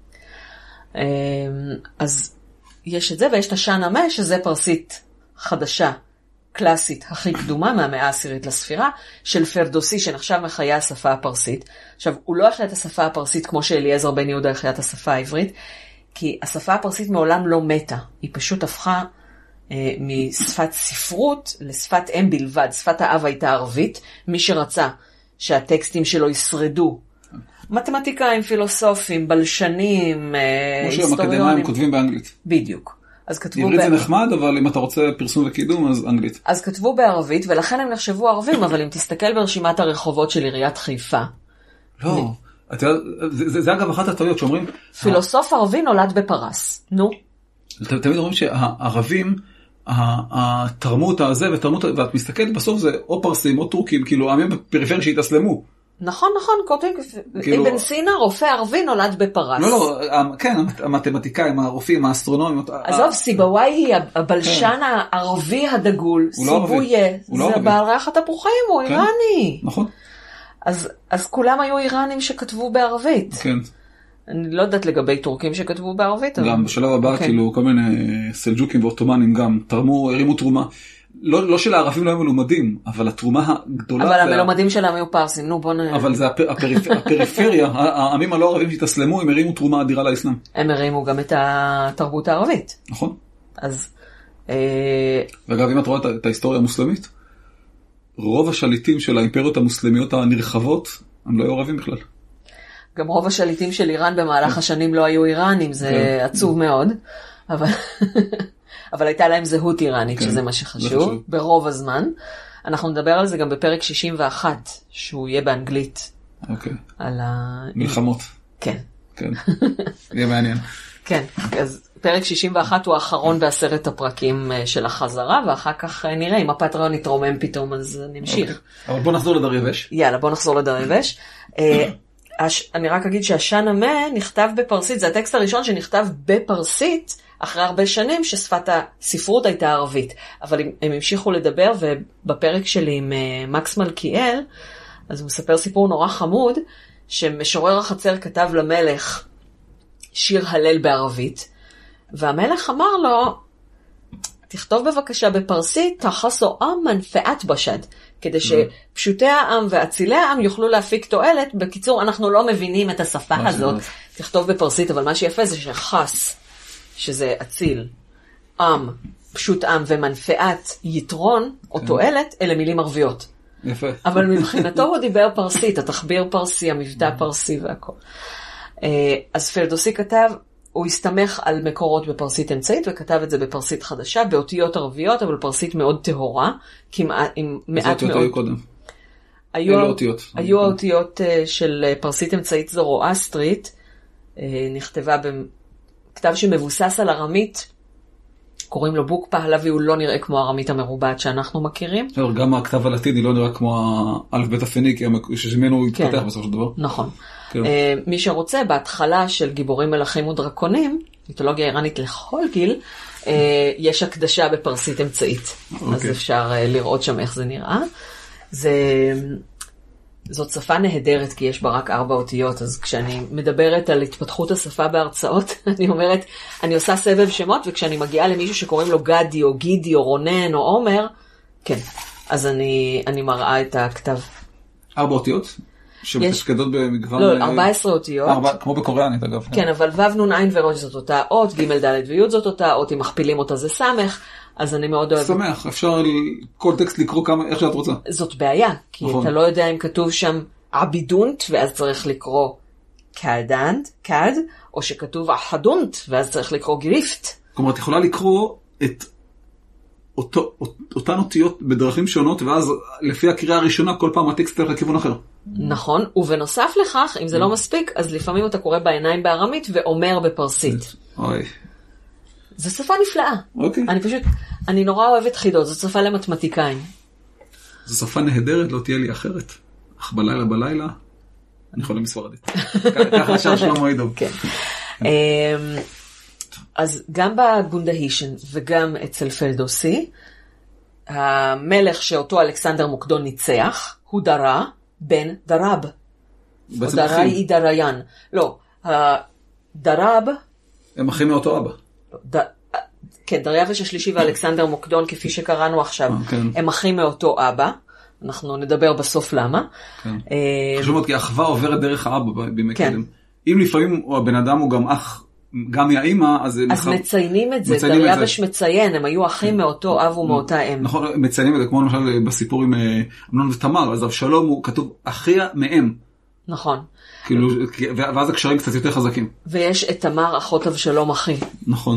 Speaker 1: אז יש את זה, ויש את השאן המה, שזה פרסית חדשה, קלאסית, הכי קדומה, מהמאה העשירית לספירה, של פרדוסי, שנחשב מחיי השפה הפרסית. עכשיו, הוא לא החיה את השפה הפרסית כמו שאליעזר בן יהודה החיה את השפה העברית, כי השפה הפרסית מעולם לא מתה, היא פשוט הפכה משפת ספרות לשפת אם בלבד. שפת האב הייתה ערבית, מי שרצה שהטקסטים שלו ישרדו, מתמטיקאים, פילוסופים, בלשנים,
Speaker 2: היסטוריונים. כמו שהאקדמאים כותבים באנגלית.
Speaker 1: בדיוק. אז כתבו
Speaker 2: עברית זה נחמד, אבל אם אתה רוצה פרסום וקידום, אז אנגלית.
Speaker 1: אז כתבו בערבית, ולכן הם נחשבו ערבים, אבל אם תסתכל ברשימת הרחובות של עיריית חיפה.
Speaker 2: לא, זה אגב אחת הטעויות שאומרים...
Speaker 1: פילוסוף ערבי נולד בפרס. נו.
Speaker 2: תמיד אומרים שהערבים, התרמות הזה ותרמות, ואת מסתכלת בסוף זה או פרסים או טורקים, כאילו עמים בפריפריה שהתאסלמו.
Speaker 1: נכון, נכון, כותב, אבן סינה, רופא ערבי נולד בפרס.
Speaker 2: לא, לא, כן, המתמטיקאים, הרופאים, האסטרונומים.
Speaker 1: עזוב, סיבוואי היא הבלשן הערבי הדגול, סיבויה, זה בעל ריח התפוחים, הוא איראני.
Speaker 2: נכון.
Speaker 1: אז כולם היו איראנים שכתבו בערבית.
Speaker 2: כן.
Speaker 1: אני לא יודעת לגבי טורקים שכתבו בערבית.
Speaker 2: גם בשלב הבא, כאילו, כל מיני סלג'וקים ואוטומנים גם תרמו, הרימו תרומה. לא, לא של הערבים לא היו מלומדים, אבל התרומה הגדולה...
Speaker 1: אבל המלומדים שלהם היו פרסים, נו בוא נ...
Speaker 2: אבל זה הפריפריה, העמים הלא ערבים שהתאסלמו, הם הרימו תרומה אדירה לאסלאם.
Speaker 1: הם הרימו גם את התרבות הערבית.
Speaker 2: נכון.
Speaker 1: אז...
Speaker 2: ואגב, אם את רואה את ההיסטוריה המוסלמית, רוב השליטים של האימפריות המוסלמיות הנרחבות, הם לא היו ערבים בכלל.
Speaker 1: גם רוב השליטים של איראן במהלך השנים לא היו איראנים, זה עצוב מאוד, אבל... אבל הייתה להם זהות איראנית, שזה מה שחשוב, ברוב הזמן. אנחנו נדבר על זה גם בפרק שישים ואחת, שהוא יהיה באנגלית.
Speaker 2: אוקיי.
Speaker 1: על ה...
Speaker 2: מלחמות.
Speaker 1: כן.
Speaker 2: כן. יהיה מעניין.
Speaker 1: כן, אז פרק שישים ואחת הוא האחרון בעשרת הפרקים של החזרה, ואחר כך נראה אם הפטריון יתרומם פתאום, אז נמשיך.
Speaker 2: אבל בוא נחזור לדריווש.
Speaker 1: יאללה, בוא נחזור לדריווש. אני רק אגיד שהשאן המה נכתב בפרסית, זה הטקסט הראשון שנכתב בפרסית, אחרי הרבה שנים ששפת הספרות הייתה ערבית. אבל הם, הם המשיכו לדבר, ובפרק שלי עם uh, מקס מלכיאל, אז הוא מספר סיפור נורא חמוד, שמשורר החצר כתב למלך שיר הלל בערבית, והמלך אמר לו, תכתוב בבקשה בפרסית, תחסו עם מנפעת בשד, כדי שפשוטי העם ואצילי העם יוכלו להפיק תועלת. בקיצור, אנחנו לא מבינים את השפה הזאת, תכתוב בפרסית, אבל מה שיפה זה שחס, שזה אציל, עם, פשוט עם ומנפעת יתרון או תועלת, אלה מילים ערביות.
Speaker 2: יפה.
Speaker 1: אבל מבחינתו הוא דיבר פרסית, התחביר פרסי, המבטא פרסי והכל. אז פרדוסי כתב, הוא הסתמך על מקורות בפרסית אמצעית, וכתב את זה בפרסית חדשה, באותיות ערביות, אבל פרסית מאוד טהורה, כמעט, עם מעט מאוד...
Speaker 2: זה אותיות היו קודם.
Speaker 1: היו
Speaker 2: אלה אותיות.
Speaker 1: היו האותיות של פרסית אמצעית זורואסטרית, נכתבה בכתב שמבוסס על ארמית, קוראים לו בוק פהלוי, הוא לא נראה כמו הארמית המרובעת שאנחנו מכירים.
Speaker 2: גם הכתב הלטיני לא נראה כמו האלף בית הפניקי, שממנו הוא התפתח בסופו של דבר.
Speaker 1: נכון. מי שרוצה, בהתחלה של גיבורים מלכים ודרקונים, מיתולוגיה איראנית לכל גיל, יש הקדשה בפרסית אמצעית. אז אפשר לראות שם איך זה נראה. זה... זאת שפה נהדרת, כי יש בה רק ארבע אותיות, אז כשאני מדברת על התפתחות השפה בהרצאות, אני אומרת, אני עושה סבב שמות, וכשאני מגיעה למישהו שקוראים לו גדי, או גידי, או רונן, או עומר, כן, אז אני, אני מראה את הכתב. ארבע
Speaker 2: אותיות? שמתפקדות במגוון...
Speaker 1: לא, ארבע עשרה אותיות.
Speaker 2: ארבע, כמו בקוריאנית, אגב.
Speaker 1: כן, אבל ו' נון עין וראש זאת אותה אות, ג' ד' וי' זאת אותה אות, אם מכפילים אותה זה סמך, אז אני מאוד אוהב.
Speaker 2: שמח, אפשר כל טקסט לקרוא כמה, איך שאת רוצה.
Speaker 1: זאת בעיה, כי נכון. אתה לא יודע אם כתוב שם עבידונט, ואז צריך לקרוא קאדנט, קאד, או שכתוב אחדונט, ואז צריך לקרוא גריפט.
Speaker 2: כלומר, את יכולה לקרוא את אותו, אותן אותיות בדרכים שונות, ואז לפי הקריאה הראשונה, כל פעם הטקסט הולך לכיוון אחר.
Speaker 1: נכון, ובנוסף לכך, אם זה לא מספיק, אז לפעמים אתה קורא בעיניים בארמית, ואומר בפרסית.
Speaker 2: אוי.
Speaker 1: זו שפה נפלאה.
Speaker 2: אוקיי.
Speaker 1: אני פשוט, אני נורא אוהבת חידות, זו שפה למתמטיקאים.
Speaker 2: זו שפה נהדרת, לא תהיה לי אחרת. אך בלילה בלילה, אני חולה מספרדית. ככה שר שלמה אידוב.
Speaker 1: כן. אז גם בגונדהישן וגם אצל פלדוסי, המלך שאותו אלכסנדר מוקדון ניצח, הוא דרה בן דרב. או דראי היא דריין. לא, דרב...
Speaker 2: הם אחים מאותו אבא.
Speaker 1: ד... כן, דריווש השלישי ואלכסנדר מוקדון, כפי שקראנו עכשיו, כן. הם אחים מאותו אבא. אנחנו נדבר בסוף למה.
Speaker 2: כן. חשוב מאוד, כי האחווה עוברת דרך האבא בימי כן. קדם. אם לפעמים הבן אדם הוא גם אח, גם מהאימא, אז...
Speaker 1: אז מחר... מציינים את זה, דריווש מציין, הם היו אחים כן. מאותו אב ומאותה אם.
Speaker 2: נכון, מציינים את זה, כמו למשל בסיפור עם אמנון ותמר, אז אבשלום הוא כתוב אחיה מאם.
Speaker 1: נכון.
Speaker 2: כאילו, ואז הקשרים קצת יותר חזקים.
Speaker 1: ויש את תמר, אחות אבשלום אחי.
Speaker 2: נכון.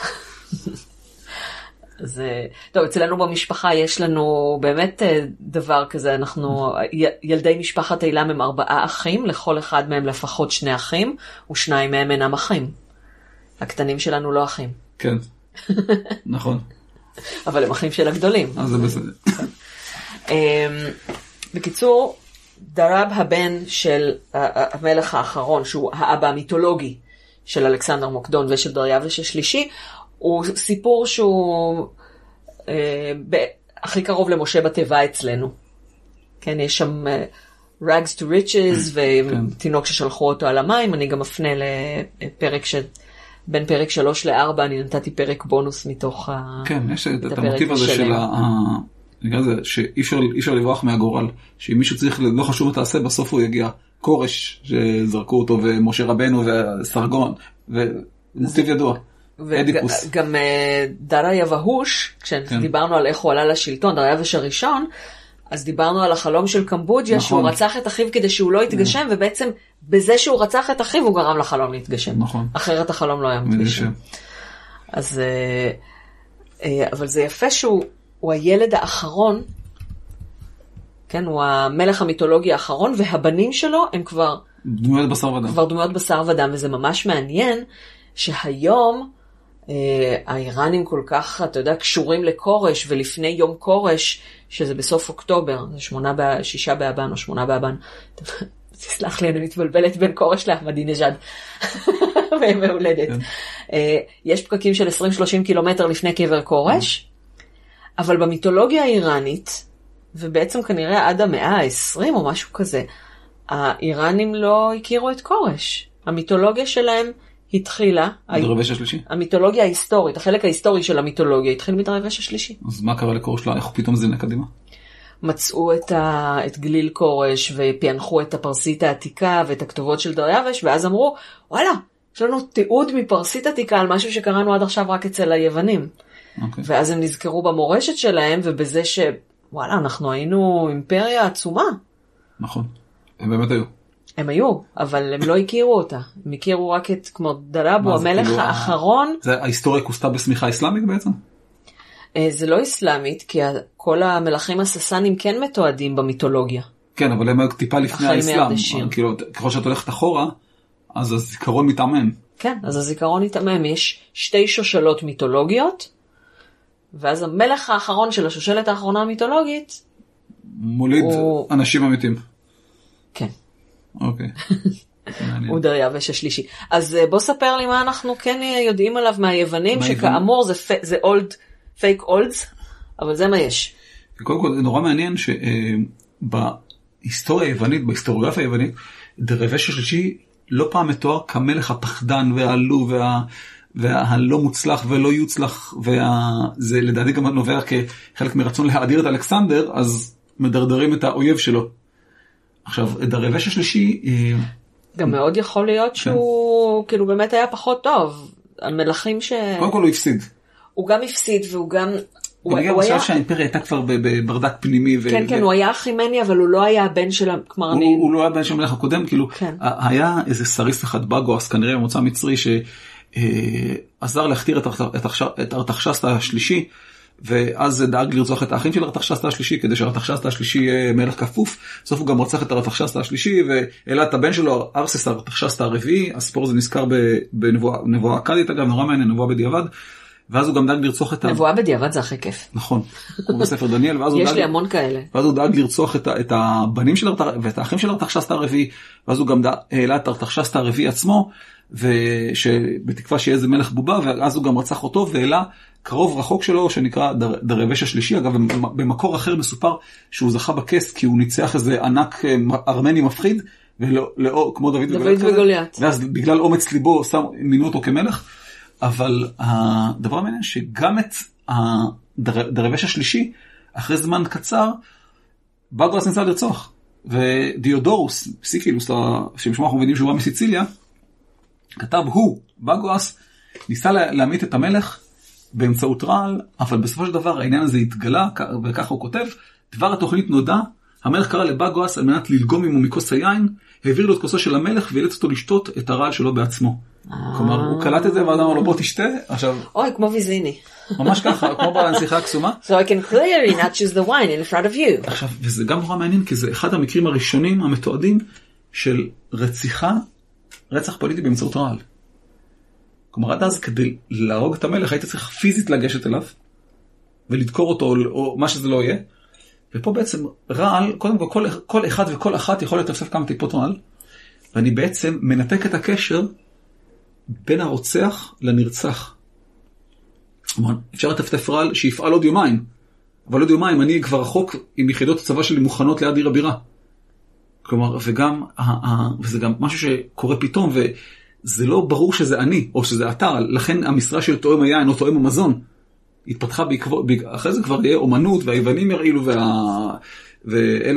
Speaker 1: זה, טוב, אצלנו במשפחה יש לנו באמת דבר כזה, אנחנו, ילדי משפחת אילם הם ארבעה אחים, לכל אחד מהם לפחות שני אחים, ושניים מהם אינם אחים. הקטנים שלנו לא אחים.
Speaker 2: כן, נכון.
Speaker 1: אבל הם אחים של הגדולים.
Speaker 2: אז זה בסדר.
Speaker 1: בקיצור, דרב הבן של המלך האחרון, שהוא האבא המיתולוגי של אלכסנדר מוקדון ושל דריווש השלישי, הוא סיפור שהוא אה, ב- הכי קרוב למשה בתיבה אצלנו. כן, יש שם אה, rags to riches ותינוק ששלחו אותו על המים. אני גם אפנה לפרק ש... בין פרק שלוש לארבע, אני נתתי פרק בונוס מתוך ה...
Speaker 2: כן, יש את, את המוטיב הזה של ה... נקרא זה, שאי אפשר, אי אפשר לברוח מהגורל, שאם מישהו צריך, לא חשוב מה תעשה, בסוף הוא יגיע. קורש שזרקו אותו, ומשה רבנו וסרגון, ומוטיב ידוע.
Speaker 1: וגם דריה והוש, כשדיברנו על איך הוא עלה לשלטון, דריווש הראשון, אז דיברנו על החלום של קמבודיה, שהוא רצח את אחיו כדי שהוא לא יתגשם, ובעצם בזה שהוא רצח את אחיו, הוא גרם לחלום להתגשם. אחרת החלום לא היה מתגשם. אז, אבל זה יפה שהוא הילד האחרון, כן, הוא המלך המיתולוגי האחרון, והבנים שלו הם כבר
Speaker 2: דמויות בשר ודם.
Speaker 1: כבר דמויות בשר ודם, וזה ממש מעניין, שהיום אה, האיראנים כל כך, אתה יודע, קשורים לקורש, ולפני יום קורש, שזה בסוף אוקטובר, זה שמונה, שישה באבן או שמונה באבן, תסלח לי, אני מתבלבלת בין קורש לאחמדינג'אד, ומהולדת. כן. אה, יש פקקים של עשרים שלושים קילומטר לפני קבר קורש, אבל במיתולוגיה האיראנית, ובעצם כנראה עד המאה ה-עשרים או משהו כזה, האיראנים לא הכירו את קורש. המיתולוגיה שלהם התחילה...
Speaker 2: דריווש השלישי.
Speaker 1: המיתולוגיה ההיסטורית, החלק ההיסטורי של המיתולוגיה, התחיל מדריווש השלישי.
Speaker 2: אז מה קרה לקורש? איך פתאום זה נקדימה?
Speaker 1: מצאו את, ה... את גליל קורש, ופענחו את הפרסית העתיקה, ואת הכתובות של דריווש, ואז אמרו, וואלה, יש לנו תיעוד מפרסית עתיקה על משהו שקראנו עד עכשיו רק אצל היוונים. Okay. ואז הם נזכרו במורשת שלהם, ובזה ש... וואלה, אנחנו היינו אימפריה עצומה.
Speaker 2: נכון, הם באמת היו.
Speaker 1: הם היו, אבל הם לא הכירו אותה. הם הכירו רק את, כמו דרבו, המלך כאילו האחרון.
Speaker 2: זה ההיסטוריה כוסתה בסמיכה אסלאמית בעצם?
Speaker 1: זה לא אסלאמית, כי כל המלכים הססנים כן מתועדים במיתולוגיה.
Speaker 2: כן, אבל הם היו טיפה לפני האסלאם. כאילו, ככל שאת הולכת אחורה, אז הזיכרון מתעמם.
Speaker 1: כן, אז הזיכרון מתעמם. יש שתי שושלות מיתולוגיות, ואז המלך האחרון של השושלת האחרונה המיתולוגית,
Speaker 2: מוליד הוא... אנשים אמיתיים.
Speaker 1: כן.
Speaker 2: אוקיי.
Speaker 1: הוא דריווש השלישי. אז בוא ספר לי מה אנחנו כן יודעים עליו מהיוונים, שכאמור זה, פ... זה old, fake olds, אבל זה מה יש.
Speaker 2: קודם כל, זה נורא מעניין שבהיסטוריה היוונית, בהיסטוריוגרפיה היוונית, דריווש השלישי לא פעם מתואר כמלך הפחדן והעלוב וה... והלא מוצלח ולא יוצלח, וזה לדעתי גם נובע כחלק מרצון להאדיר את אלכסנדר, אז מדרדרים את האויב שלו. עכשיו, דריווש השלישי...
Speaker 1: גם מאוד יכול להיות שהוא כאילו באמת היה פחות טוב. המלכים ש...
Speaker 2: קודם כל הוא הפסיד.
Speaker 1: הוא גם הפסיד והוא גם...
Speaker 2: הוא היה בשביל שהאימפריה הייתה כבר בברדק פנימי.
Speaker 1: כן, כן, הוא היה אחימני, אבל הוא לא היה הבן של המלך.
Speaker 2: הוא לא היה הבן של המלך הקודם, כאילו, היה איזה סריס אחד בגוס, כנראה ממוצא מצרי, שעזר להכתיר את ארתחשסתא השלישי, ואז דאג לרצוח את האחים של ארתחשסתא השלישי, כדי שארתחשסתא השלישי יהיה מלך כפוף. בסוף הוא גם רצח את ארתחשסתא השלישי, והעלה את הבן שלו, ארסס ארתחשסתא הרביעי. הסיפור הזה נזכר בנבואה אכדית, אגב, נורא מעניין, נבואה בדיעבד. ואז הוא גם דאג לרצוח את...
Speaker 1: נבואה בדיעבד זה הכי כיף.
Speaker 2: נכון, כמו בספר דניאל.
Speaker 1: יש לי המון כאלה.
Speaker 2: ואז הוא דאג לרצוח את הבנים של ארתחשסתא ואת האחים של ארתחשסתא הרביעי, ואז הוא גם העלה את ארתחשסתא הרביעי עצמו, ובתקווה שיהיה איזה מלך בובה, ואז הוא גם רצח אותו והעלה קרוב רחוק שלו שנקרא דריווש השלישי. אגב, במקור אחר מסופר שהוא זכה בכס כי הוא ניצח איזה ענק ארמני מפחיד, כמו דוד וגוליית. ואז בגלל אומץ ליבו מינו אותו כמלך. אבל הדבר המעניין שגם את דריווש השלישי, אחרי זמן קצר, בגוס ניסה לרצוח. ודיודורוס, סיקילוס, שמשמע אנחנו מבינים שהוא בא מסיציליה, כתב הוא, בגוס, ניסה להמית את המלך באמצעות רעל, אבל בסופו של דבר העניין הזה התגלה, וככה הוא כותב, דבר התוכנית נודע, המלך קרא לבגוס על מנת ללגום עמו מכוס היין, העביר לו את כוסו של המלך ואילץ אותו לשתות את הרעל שלו בעצמו. כלומר, הוא קלט את זה ואדם אמר לו בוא תשתה.
Speaker 1: אוי, כמו ויזיני.
Speaker 2: ממש ככה, כמו בנסיכה הקסומה.
Speaker 1: So I can clearly not choose the wine in front of you.
Speaker 2: עכשיו, וזה גם נורא מעניין, כי זה אחד המקרים הראשונים המתועדים של רציחה, רצח פוליטי באמצעות רעל. כלומר, עד אז כדי להרוג את המלך, היית צריך פיזית לגשת אליו, ולדקור אותו, או מה שזה לא יהיה. ופה בעצם רעל, קודם כל, כל, כל אחד וכל אחת יכול לתוסף כמה טיפות רעל, ואני בעצם מנתק את הקשר בין הרוצח לנרצח. כלומר, אפשר לטפטף רעל שיפעל עוד יומיים, אבל עוד יומיים אני כבר רחוק עם יחידות הצבא שלי מוכנות ליד עיר הבירה. כלומר, וגם, וזה גם משהו שקורה פתאום, וזה לא ברור שזה אני, או שזה אתה, לכן המשרה של תואם היין או תואם המזון, התפתחה בעקבות, אחרי זה כבר יהיה אומנות, והיוונים יראילו, וה... ואלה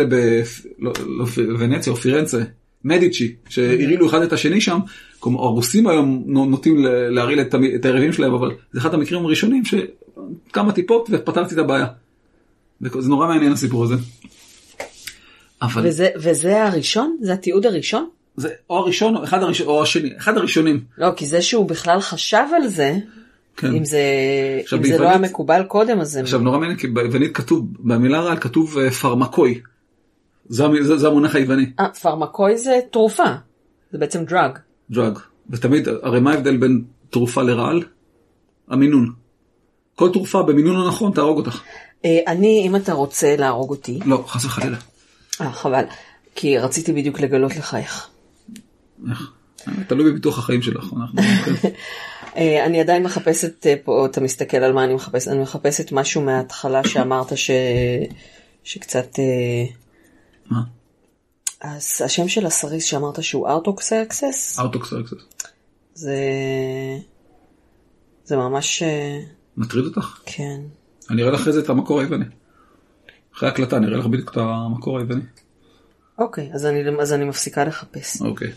Speaker 2: בוונציה או פירנצה, מדיצ'י, שהראילו אחד את השני שם, כמו הרוסים היום נוטים להרעיל את היריבים שלהם, אבל זה אחד המקרים הראשונים שכמה טיפות ופתרתי את הבעיה. זה נורא מעניין הסיפור הזה. אבל... וזה,
Speaker 1: וזה הראשון? זה התיעוד הראשון?
Speaker 2: זה או הראשון או אחד הראשון, או השני, אחד הראשונים.
Speaker 1: לא, כי זה שהוא בכלל חשב על זה, כן. אם זה, אם זה לא היה מקובל קודם, אז זה...
Speaker 2: עכשיו נורא מעניין, כי ביוונית כתוב, במילה רעל כתוב פרמקוי. זה, זה, זה המונח היווני.
Speaker 1: אה, פרמקוי זה תרופה. זה בעצם דרג.
Speaker 2: דרג. ותמיד, הרי מה ההבדל בין תרופה לרעל? המינון. כל תרופה במינון הנכון תהרוג אותך.
Speaker 1: אה, אני, אם אתה רוצה להרוג אותי...
Speaker 2: לא, חס וחלילה.
Speaker 1: אה, חבל. כי רציתי בדיוק לגלות לך איך.
Speaker 2: איך? תלוי בביטוח החיים שלך. אנחנו...
Speaker 1: אני עדיין מחפשת פה, אתה מסתכל על מה אני מחפשת, אני מחפשת משהו מההתחלה שאמרת ש... שקצת...
Speaker 2: מה?
Speaker 1: השם של הסריס שאמרת שהוא ארטוקסרקסס?
Speaker 2: ארטוקסרקסס.
Speaker 1: זה... זה ממש...
Speaker 2: מטריד אותך?
Speaker 1: כן.
Speaker 2: אני אראה לך אחרי זה את המקור היווני. אחרי הקלטה אני אראה לך בדיוק את המקור היווני.
Speaker 1: אוקיי, אז אני, אז אני מפסיקה לחפש.
Speaker 2: אוקיי.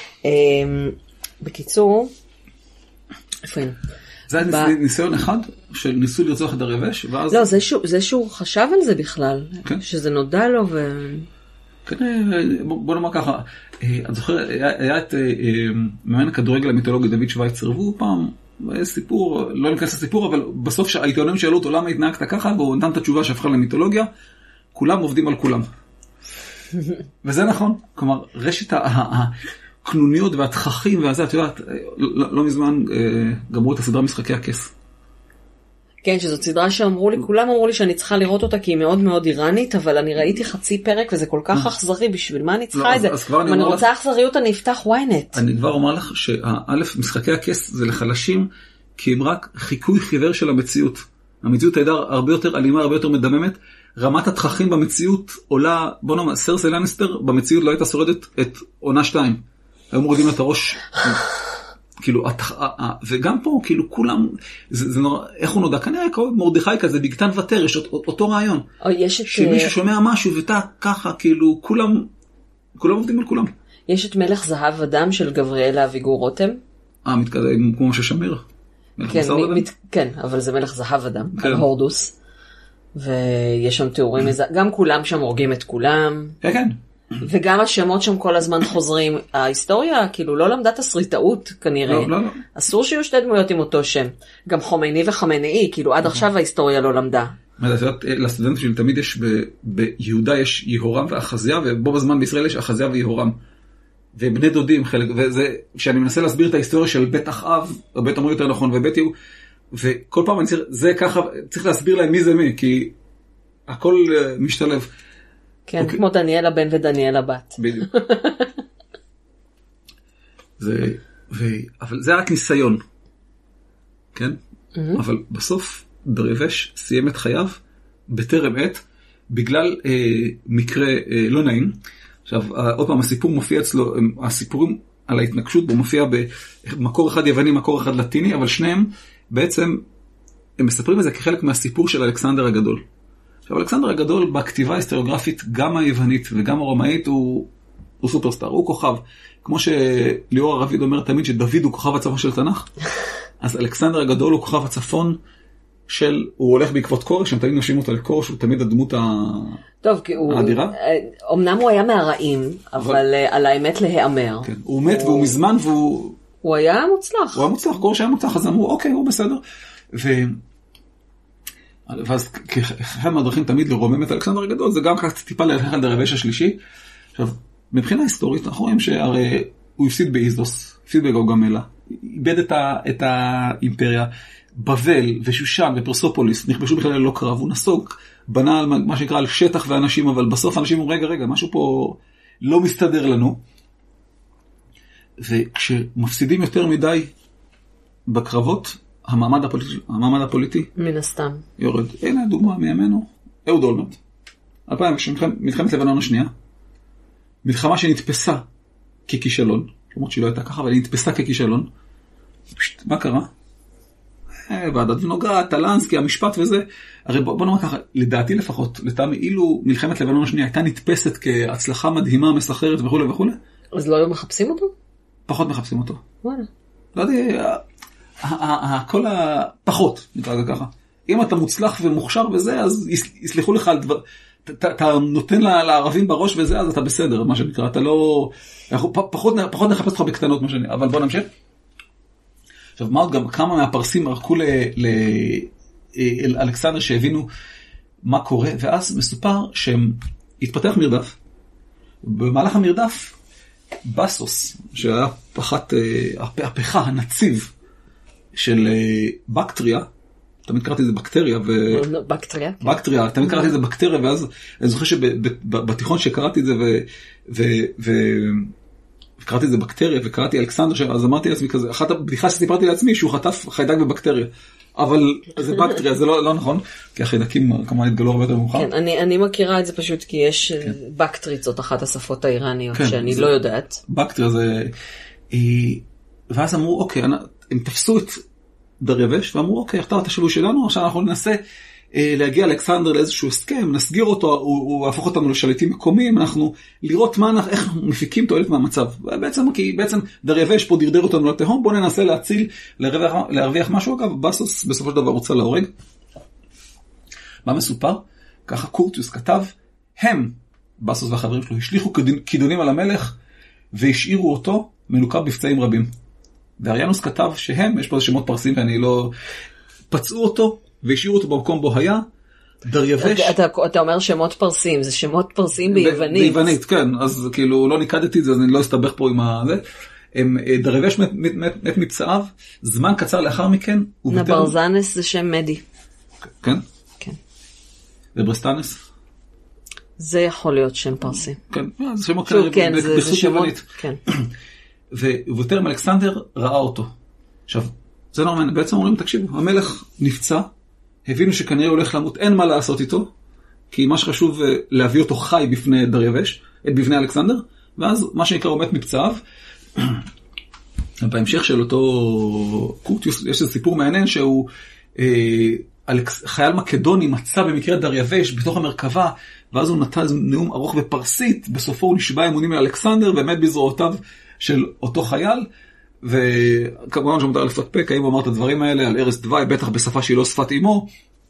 Speaker 1: בקיצור... איפה היינו?
Speaker 2: זה היה ניסיון אחד של ניסוי לרצוח את דריווש, ואז...
Speaker 1: לא, זה שהוא, זה שהוא חשב על זה בכלל, כן? שזה נודע לו ו...
Speaker 2: כן, בוא נאמר ככה, את זוכר, היה את מאמן הכדורגל המיתולוגי דוד שווייצר, והוא פעם, היה סיפור, לא נכנס לסיפור, אבל בסוף העיתונאים שאלו אותו למה התנהגת ככה, והוא נתן את התשובה שהפכה למיתולוגיה, כולם עובדים על כולם. וזה נכון, כלומר, רשת הקנוניות והתככים והזה, את יודעת, לא, לא מזמן גמרו את הסדרה משחקי הכס.
Speaker 1: כן, שזאת סדרה שאמרו לי, כולם אמרו לי שאני צריכה לראות אותה כי היא מאוד מאוד איראנית, אבל אני ראיתי חצי פרק וזה כל כך אכזרי, בשביל מה אני צריכה את זה? אם אני רוצה אכזריות אני אפתח וויינט.
Speaker 2: אני כבר אומר לך שהאלף משחקי הכס זה לחלשים, כי הם רק חיקוי חיוור של המציאות. המציאות הייתה הרבה יותר אלימה, הרבה יותר מדממת. רמת התככים במציאות עולה, בוא נאמר, סרסי לניסטר במציאות לא הייתה שורדת את עונה שתיים. היו מורדים לה את הראש. כאילו, וגם פה, כאילו, כולם, זה, זה נורא, איך הוא נודע? כנראה, מורדכי כזה, בגתן ותר, יש אותו רעיון. שמישהו שומע משהו, ואתה ככה, כאילו, כולם, כולם עובדים על כולם.
Speaker 1: יש את מלך זהב אדם של גבריאלה אביגור רותם.
Speaker 2: אה, מתקדם, כמו ששמיר.
Speaker 1: כן, מת, כן, אבל זה מלך זהב אדם, כן. הורדוס. ויש שם תיאורים מזה, גם כולם שם הורגים את כולם.
Speaker 2: כן, כן.
Speaker 1: וגם השמות שם כל הזמן חוזרים. ההיסטוריה כאילו לא למדה תסריטאות כנראה.
Speaker 2: לא, לא, לא.
Speaker 1: אסור שיהיו שתי דמויות עם אותו שם. גם חומייני וחמינאי, כאילו עד עכשיו ההיסטוריה לא למדה.
Speaker 2: לסטודנטים שלי תמיד יש, ביהודה יש יהורם ואחזיה, ובו בזמן בישראל יש אחזיה ויהורם. ובני דודים חלק, וזה, כשאני מנסה להסביר את ההיסטוריה של בית אחאב, או בית אמור יותר נכון, ובית יהוא, וכל פעם אני צריך, זה ככה, צריך להסביר להם מי זה מי, כי הכל משתלב.
Speaker 1: כן, okay. כמו דניאל הבן ודניאל הבת.
Speaker 2: בדיוק. זה, ו, אבל זה רק ניסיון. כן? Mm-hmm. אבל בסוף דריווש סיים את חייו בטרם עת, בגלל אה, מקרה אה, לא נעים. עכשיו, עוד פעם, הסיפור מופיע אצלו, הסיפורים על ההתנגשות בו מופיע במקור אחד יווני, מקור אחד לטיני, אבל שניהם בעצם, הם מספרים את זה כחלק מהסיפור של אלכסנדר הגדול. עכשיו, אלכסנדר הגדול בכתיבה ההיסטוריוגרפית, גם היוונית וגם הרומאית, הוא, הוא סופרסטאר, הוא כוכב. כמו שליאור הרביד אומר תמיד שדוד הוא כוכב הצפון של תנ"ך, אז אלכסנדר הגדול הוא כוכב הצפון של, הוא הולך בעקבות קורש, הם תמיד נושאים אותו לקורש, הוא תמיד הדמות
Speaker 1: טוב, כי הוא,
Speaker 2: האדירה.
Speaker 1: אמנם הוא היה מהרעים, אבל, אבל על האמת להיאמר.
Speaker 2: כן, הוא מת הוא... והוא מזמן והוא...
Speaker 1: הוא היה מוצלח.
Speaker 2: הוא היה מוצלח, קורש היה מוצלח, אז אמרו, אוקיי, הוא בסדר. ו... ואז כאחד מהדרכים תמיד לרומם את אלכסנדר הגדול, זה גם ככה טיפה ללכת על דריווש השלישי. עכשיו, מבחינה היסטורית, אנחנו רואים שהרי הוא הפסיד באיזוס, הפסיד בגאוגמלה, איבד את, ה, את האימפריה, בבל ושושן ופרסופוליס, נכבשו בכלל ללא קרב, הוא נסוג, בנה על מה שנקרא על שטח ואנשים, אבל בסוף אנשים אומרים, רגע, רגע, משהו פה לא מסתדר לנו. וכשמפסידים יותר מדי בקרבות, המעמד הפוליטי, המעמד הפוליטי
Speaker 1: מן הסתם
Speaker 2: יורד. הנה דוגמה מימינו, אהוד אולמרט. אלפיים מלחמת לבנון השנייה, מלחמה שנתפסה ככישלון, למרות שהיא לא הייתה ככה, אבל היא נתפסה ככישלון. מה קרה? ועדת ונוגעת, טלנסקי, המשפט וזה. הרי בוא נאמר ככה, לדעתי לפחות, לטעמי, אילו מלחמת לבנון השנייה הייתה נתפסת כהצלחה מדהימה, מסחררת וכו' וכו'.
Speaker 1: אז לא היו מחפשים אותו?
Speaker 2: פחות מחפשים אותו.
Speaker 1: וואלה.
Speaker 2: לא יודע, כל הפחות, נקרא זה ככה. אם אתה מוצלח ומוכשר וזה, אז יסלחו לך על דבר, אתה נותן לערבים בראש וזה, אז אתה בסדר, מה שנקרא, אתה לא, פחות נחפש לך בקטנות, מה שאני, אבל בוא נמשיך. עכשיו, מה עוד גם, כמה מהפרסים ערכו לאלכסנדר שהבינו מה קורה, ואז מסופר שהם התפתח מרדף. במהלך המרדף, בסוס, שהיה פחת, הפכה, הנציב של בקטריה, תמיד קראתי את זה בקטריה, ו...
Speaker 1: בקטריה.
Speaker 2: בקטריה, תמיד קראתי את זה בקטריה, ואז אני זוכר שבתיכון שקראתי את זה, ו... ו... קראתי את זה בקטריה, וקראתי אלכסנדר, אז אמרתי לעצמי כזה, אחת הבדיחה שסיפרתי לעצמי, שהוא חטף חיידק בבקטריה. אבל זה בקטריה, זה לא, לא נכון, כי החיידקים כמובן התגלו הרבה יותר מאוחר.
Speaker 1: כן, אני, אני מכירה את זה פשוט כי יש כן. בקטרית, זאת אחת השפות האיראניות, כן, שאני זה, לא יודעת.
Speaker 2: בקטריה זה... ואז אמרו, אוקיי, הם תפסו את דריווש, ואמרו, אוקיי, עכשיו תשאלו שלנו, עכשיו אנחנו ננסה להגיע אלכסנדר לאיזשהו הסכם, נסגיר אותו, הוא, הוא הפוך אותנו לשליטים מקומיים, אנחנו לראות מה אנחנו, איך אנחנו מפיקים תועלת מהמצב. בעצם, כי בעצם דריווש פה דרדר אותנו לתהום, בואו ננסה להציל, להרוויח, להרוויח משהו. אגב, בסוס בסופו של דבר רוצה להורג. מה מסופר? ככה קורטיוס כתב, הם, בסוס והחברים שלו, השליחו כידונים על המלך, והשאירו אותו מנוקב בפצעים רבים. ואריאנוס כתב שהם, יש פה שמות פרסים ואני לא... פצעו אותו, והשאירו אותו במקום בו היה, דריווש...
Speaker 1: אתה, אתה אומר שמות פרסים, זה שמות פרסים ביוונית.
Speaker 2: ביוונית, כן, אז כאילו לא ניקדתי את זה, אז אני לא אסתבך פה עם זה. דריווש מת, מת, מת, מת מפצעיו, זמן קצר לאחר מכן...
Speaker 1: נברזנס זה שם מדי.
Speaker 2: כן?
Speaker 1: כן.
Speaker 2: וברסטנס?
Speaker 1: זה יכול להיות שם פרסי.
Speaker 2: כן, זה שמות
Speaker 1: כאלה בחסות יוונית. כן.
Speaker 2: ובטרם אלכסנדר ראה אותו. עכשיו, זה לא מעניין, בעצם אומרים, תקשיבו, המלך נפצע, הבינו שכנראה הולך למות, אין מה לעשות איתו, כי מה שחשוב להביא אותו חי בפני דריווש, בפני אלכסנדר, ואז מה שנקרא הוא מת מפצעיו. בהמשך של אותו קורטיוס, יש איזה סיפור מעניין שהוא, אה, אלכס, חייל מקדוני מצא במקרה דריווש בתוך המרכבה, ואז הוא נתן נאום ארוך בפרסית, בסופו הוא נשבע אמונים לאלכסנדר, ומת בזרועותיו של אותו חייל, וכמובן שמותר לפקפק, האם הוא אמר את הדברים האלה על ארץ דווי, בטח בשפה שהיא לא שפת אמו,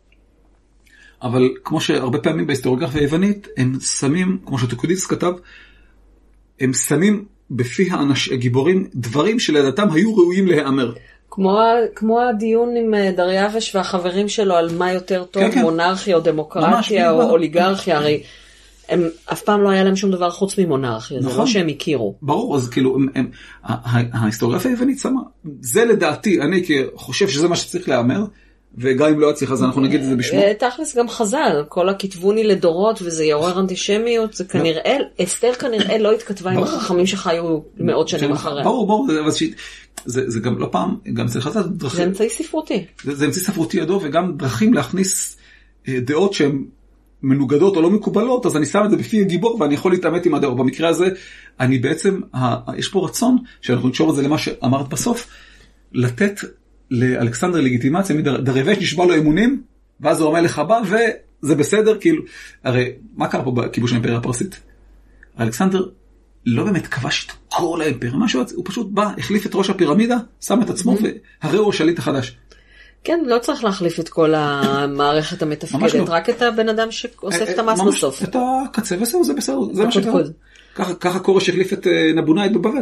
Speaker 2: אבל כמו שהרבה פעמים בהיסטוריוגרפיה היוונית, הם שמים, כמו שטוקודיס כתב, הם שמים בפי האנש, הגיבורים דברים שלדעתם היו ראויים להיאמר.
Speaker 1: כמו, כמו הדיון עם דריווש והחברים שלו על מה יותר טוב, כן, כן. מונרכיה או דמוקרטיה ממש, או אוליגרכיה, הרי הם אף פעם לא היה להם שום דבר חוץ ממונרכיה, נכון. זה לא שהם הכירו. ברור, אז כאילו, הם, הם,
Speaker 2: ההיסטוריוגרפיה היוונית שמה, זה לדעתי, אני חושב שזה מה שצריך להיאמר, וגם אם לא יצליח, אז אנחנו נגיד את זה בשמו.
Speaker 1: תכלס גם חז"ל, כל הכתבוני לדורות, וזה יעורר אנטישמיות, זה כנראה, אסתר כנראה לא התכתבה עם החכמים שחיו מאות שנים אחריה.
Speaker 2: ברור, ברור, זה גם לא פעם, גם אצל חז"ל דרכים.
Speaker 1: זה אמצעי ספרותי.
Speaker 2: זה אמצעי ספרותי ידו, וגם דרכים להכניס דעות שהן מנוגדות או לא מקובלות, אז אני שם את זה בפי הגיבור, ואני יכול להתאמת עם הדעות. במקרה הזה, אני בעצם, יש פה רצון, שאנחנו נקשור את זה למה שאמרת בסוף, לתת לאלכסנדר לגיטימציה, דריווש נשבע לו אמונים, ואז הוא המלך הבא, וזה בסדר, כאילו, הרי, מה קרה פה בכיבוש האימפריה הפרסית? אלכסנדר לא באמת כבש את כל האימפריה, משהו, הוא פשוט בא, החליף את ראש הפירמידה, שם את עצמו, והרי הוא השליט החדש.
Speaker 1: כן, לא צריך להחליף את כל המערכת המתפקדת, רק את הבן אדם שאוסף את המס בסוף.
Speaker 2: את הקצה, וזהו, זה בסדר, זה מה שקרה. ככה קורש החליף את נבונאי בבבל.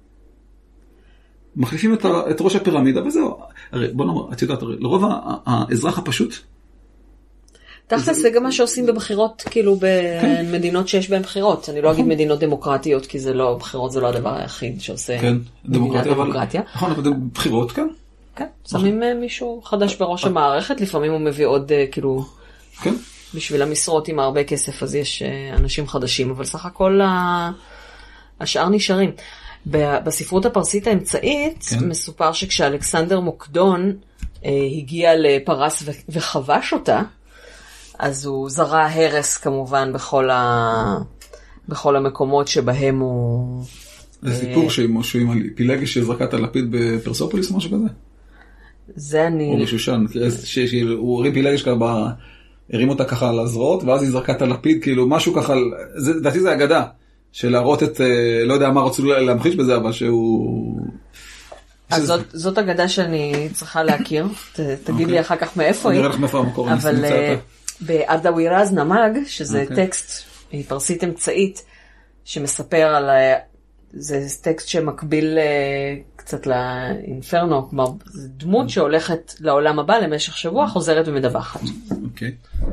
Speaker 2: מחליפים את, ה, את ראש הפירמידה, וזהו. הרי, בוא נאמר, את יודעת, הרי, לרוב האזרח הפשוט...
Speaker 1: תכלס, זה גם מה שעושים בבחירות, כאילו, במדינות שיש בהן בחירות. אני לא אגיד מדינות דמוקרטיות, כי זה לא, בחירות זה לא הדבר היחיד שעושה מדינת דמוקרטיה.
Speaker 2: נכון, אבל בחירות, כן.
Speaker 1: כן, שמים מישהו חדש בראש המערכת, לפעמים הוא מביא עוד, כאילו, בשביל המשרות עם הרבה כסף, אז יש אנשים חדשים, אבל סך הכל השאר נשארים. בספרות הפרסית האמצעית, כן. מסופר שכשאלכסנדר מוקדון אה, הגיע לפרס ו- וחבש אותה, אז הוא זרע הרס כמובן בכל, ה... בכל המקומות שבהם הוא...
Speaker 2: זה אה... סיפור שעם פילגש שזרקה את הלפיד בפרסופוליס, משהו כזה?
Speaker 1: זה אני...
Speaker 2: או בשושן, הוא הרים פילגש ככה, הרים אותה ככה על הזרועות, ואז היא זרקה את הלפיד, כאילו משהו ככה, דעתי זה אגדה. של להראות את, לא יודע מה רצו להמחיש בזה, אבל שהוא...
Speaker 1: אז זאת, זאת אגדה שאני צריכה להכיר, ת, תגיד לי אחר כך מאיפה היא.
Speaker 2: אני אראה לך מאיפה המקור.
Speaker 1: אבל באדאווירז נמג, שזה טקסט פרסית אמצעית, שמספר על, זה טקסט שמקביל קצת לאינפרנו, כלומר, זו דמות שהולכת לעולם הבא למשך שבוע, חוזרת ומדווחת.
Speaker 2: אוקיי.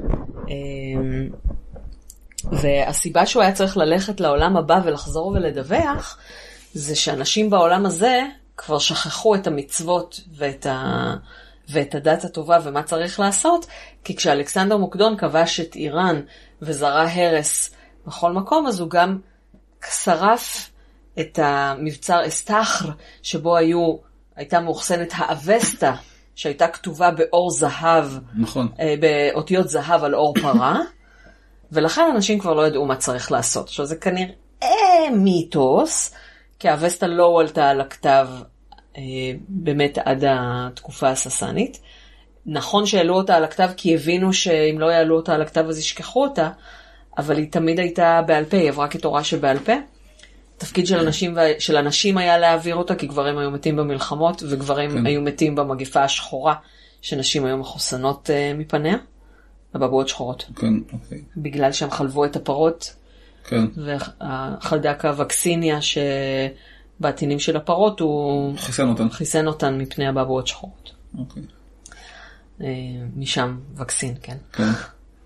Speaker 1: והסיבה שהוא היה צריך ללכת לעולם הבא ולחזור ולדווח, זה שאנשים בעולם הזה כבר שכחו את המצוות ואת, ה... ואת הדת הטובה ומה צריך לעשות, כי כשאלכסנדר מוקדון כבש את איראן וזרע הרס בכל מקום, אז הוא גם שרף את המבצר אסתחר, שבו היו, הייתה מאוחסנת האבסטה, שהייתה כתובה באור זהב,
Speaker 2: נכון.
Speaker 1: באותיות זהב על אור פרה, ולכן אנשים כבר לא ידעו מה צריך לעשות. עכשיו זה כנראה מיתוס, כי האבסטה לא הועלתה על הכתב אה, באמת עד התקופה הססנית. נכון שהעלו אותה על הכתב כי הבינו שאם לא יעלו אותה על הכתב אז ישכחו אותה, אבל היא תמיד הייתה בעל פה, היא עברה כתורה שבעל פה. תפקיד של אנשים, של אנשים היה להעביר אותה, כי גברים היו מתים במלחמות, וגברים כן. היו מתים במגפה השחורה, שנשים היו מחוסנות uh, מפניה, הבבואות שחורות.
Speaker 2: כן, אוקיי.
Speaker 1: בגלל שהם חלבו את הפרות,
Speaker 2: כן.
Speaker 1: והחלדק הווקסיניה שבעטינים של הפרות, הוא
Speaker 2: חיסן אותן.
Speaker 1: חיסן אותן מפני הבבואות שחורות.
Speaker 2: אוקיי.
Speaker 1: Uh, משם וקסין, כן.
Speaker 2: כן.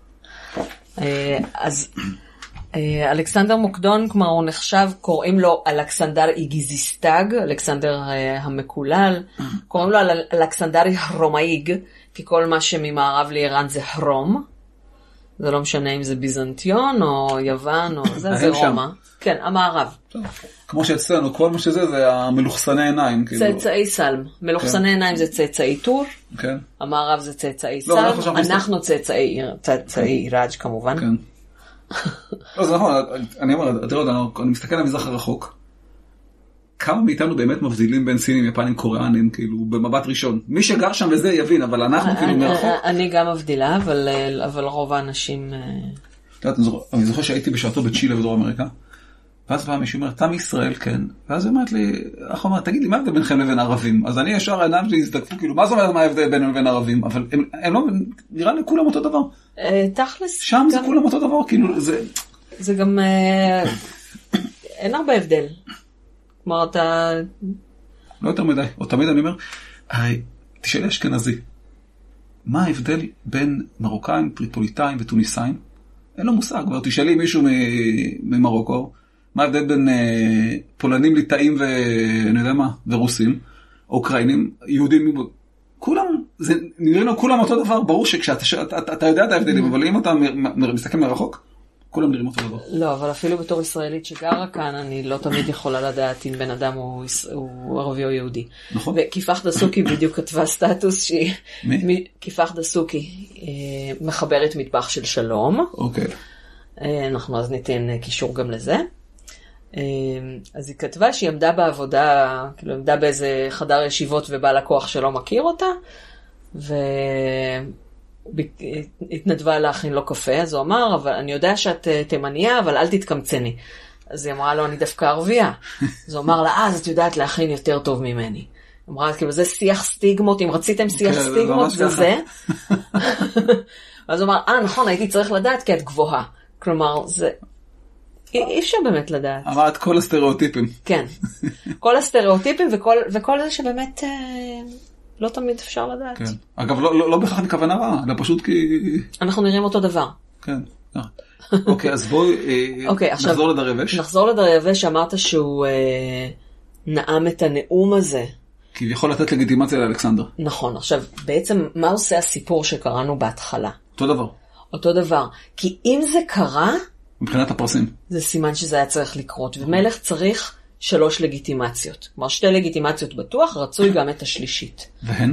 Speaker 1: אז אלכסנדר מוקדון, כלומר הוא נחשב, קוראים לו אלכסנדר איגיזיסטג, אלכסנדר המקולל, קוראים לו אלכסנדר הרומאיג, כי כל מה שממערב לאיראן זה הרום, זה לא משנה אם זה ביזנטיון או יוון או זה, זה רומא. כן, המערב.
Speaker 2: כמו שאצלנו, כל מה שזה זה המלוכסני עיניים.
Speaker 1: צאצאי סלם. מלוכסני עיניים זה צאצאי טור, המערב זה צאצאי סלם, אנחנו צאצאי עיראג' כמובן.
Speaker 2: כן. לא, זה נכון, אני אומר, אתה יודע, אני מסתכל על המזרח הרחוק, כמה מאיתנו באמת מבדילים בין סינים, יפנים, קוריאנים, כאילו, במבט ראשון. מי שגר שם וזה יבין, אבל אנחנו כאילו מרחוק.
Speaker 1: אני גם מבדילה, אבל רוב האנשים...
Speaker 2: אני זוכר שהייתי בשעתו בצ'ילה בדרום אמריקה, ואז פעם מישהו אומר, תם ישראל, כן. ואז היא אומרת לי, איך אומר, תגיד לי, מה ההבדל ביניכם לבין ערבים? אז אני ישר העיניים שלי הזדקפו, כאילו, מה זאת אומרת מה ההבדל ביניהם לבין ערבים? אבל הם לא, נראה לי כולם אותו דבר.
Speaker 1: תכלס.
Speaker 2: שם זה כולם אותו דבר, כאילו, זה...
Speaker 1: זה גם... אין הרבה הבדל. כלומר, אתה...
Speaker 2: לא יותר מדי. או תמיד אני אומר, תשאלי אשכנזי, מה ההבדל בין מרוקאים, טריפוליטאים וטוניסאים? אין לו מושג. תשאלי מישהו ממרוקו, מה ההבדל בין פולנים, ליטאים ואני יודע מה, ורוסים, אוקראינים, יהודים, כולם, זה נראה לו כולם אותו דבר. ברור שכשאתה יודע את ההבדלים, אבל אם אתה מסתכל מרחוק, כולם נראים אותו דבר.
Speaker 1: לא, אבל אפילו בתור ישראלית שגרה כאן, אני לא תמיד יכולה לדעת אם בן אדם הוא ערבי או יהודי.
Speaker 2: נכון.
Speaker 1: וכיפח דסוקי בדיוק כתבה סטטוס שהיא... מי? כיפח דסוקי, מחברת מטבח של שלום.
Speaker 2: אוקיי.
Speaker 1: אנחנו אז ניתן קישור גם לזה. אז היא כתבה שהיא עמדה בעבודה, כאילו עמדה באיזה חדר ישיבות ובא לקוח שלא מכיר אותה, ו... התנדבה להכין לו קפה, אז הוא אמר, אבל אני יודע שאת תימניה, אבל אל תתקמצני. אז היא אמרה לו, אני דווקא ערבייה. אז הוא אמר לה, אז את יודעת להכין יותר טוב ממני. אמרה, כאילו, זה שיח סטיגמות, אם רציתם שיח סטיגמות, זה זה. אז הוא אמר, אה, נכון, הייתי צריך לדעת, כי את גבוהה. כלומר, זה... אי אפשר באמת לדעת.
Speaker 2: אמרת כל הסטריאוטיפים.
Speaker 1: כן. כל הסטריאוטיפים וכל זה שבאמת... לא תמיד אפשר לדעת.
Speaker 2: כן. אגב, לא, לא, לא בכך אני כוונה רעה, אלא פשוט כי...
Speaker 1: אנחנו נראים אותו דבר.
Speaker 2: כן. אוקיי, אז בואי
Speaker 1: אוקיי, עכשיו,
Speaker 2: נחזור לדרייבש.
Speaker 1: נחזור לדרייבש, אמרת שהוא אה, נאם את הנאום הזה.
Speaker 2: כי יכול לתת לגיטימציה לאלכסנדר.
Speaker 1: נכון, עכשיו, בעצם מה עושה הסיפור שקראנו בהתחלה?
Speaker 2: אותו דבר.
Speaker 1: אותו דבר. כי אם זה קרה...
Speaker 2: מבחינת הפרסים.
Speaker 1: זה סימן שזה היה צריך לקרות, ומלך צריך... שלוש לגיטימציות. כלומר, שתי לגיטימציות בטוח, רצוי גם את השלישית.
Speaker 2: והן?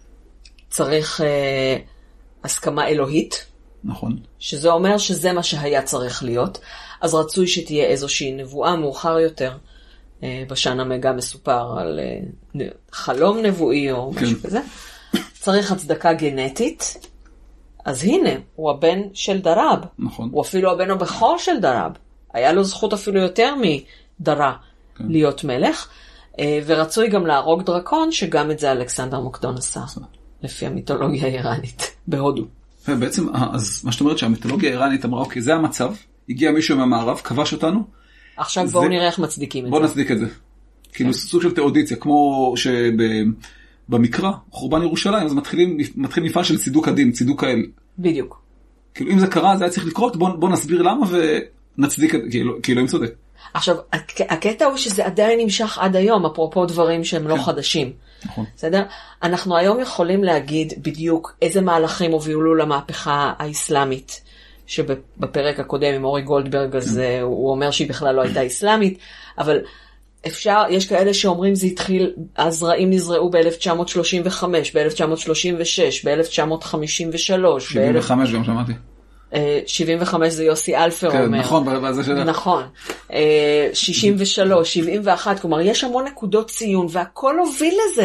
Speaker 1: צריך אה, הסכמה אלוהית.
Speaker 2: נכון.
Speaker 1: שזה אומר שזה מה שהיה צריך להיות. אז רצוי שתהיה איזושהי נבואה מאוחר יותר. אה, בשנה גם מסופר על אה, חלום נבואי או כן. משהו כזה. צריך הצדקה גנטית. אז הנה, הוא הבן של דרב.
Speaker 2: נכון.
Speaker 1: הוא אפילו הבן הבכור של דרב. היה לו זכות אפילו יותר מדרה. להיות מלך, ורצוי גם להרוג דרקון, שגם את זה אלכסנדר מוקדון עשה, לפי המיתולוגיה האיראנית, בהודו.
Speaker 2: ובעצם, אז מה שאת אומרת שהמיתולוגיה האיראנית אמרה, אוקיי, זה המצב, הגיע מישהו מהמערב, כבש אותנו.
Speaker 1: עכשיו בואו נראה איך מצדיקים את זה.
Speaker 2: בואו נצדיק את זה. כאילו סוג של תיאודיציה, כמו שבמקרא, חורבן ירושלים, אז מתחיל מפעל של צידוק הדין, צידוק האל.
Speaker 1: בדיוק.
Speaker 2: כאילו אם זה קרה, זה היה צריך לקרות, בואו נסביר למה ונצדיק את זה, כאילו אם צודק.
Speaker 1: עכשיו, הקטע הוא שזה עדיין נמשך עד היום, אפרופו דברים שהם לא חדשים.
Speaker 2: נכון.
Speaker 1: בסדר? אנחנו היום יכולים להגיד בדיוק איזה מהלכים הובילו למהפכה האסלאמית, שבפרק הקודם עם אורי גולדברג, אז הוא אומר שהיא בכלל לא הייתה אסלאמית, אבל אפשר, יש כאלה שאומרים זה התחיל, הזרעים נזרעו ב-אלף תשע מאות שלושים וחמש, ב-אלף תשע מאות שלושים ושש, ב-אלף תשע מאות חמישים ושלוש.
Speaker 2: שבעים וחמש גם שמעתי.
Speaker 1: שבעים וחמש זה יוסי אלפר אומר.
Speaker 2: נכון, בזה שלך.
Speaker 1: נכון. שישים ושלוש, שבעים ואחת, כלומר, יש המון נקודות ציון, והכל הוביל לזה.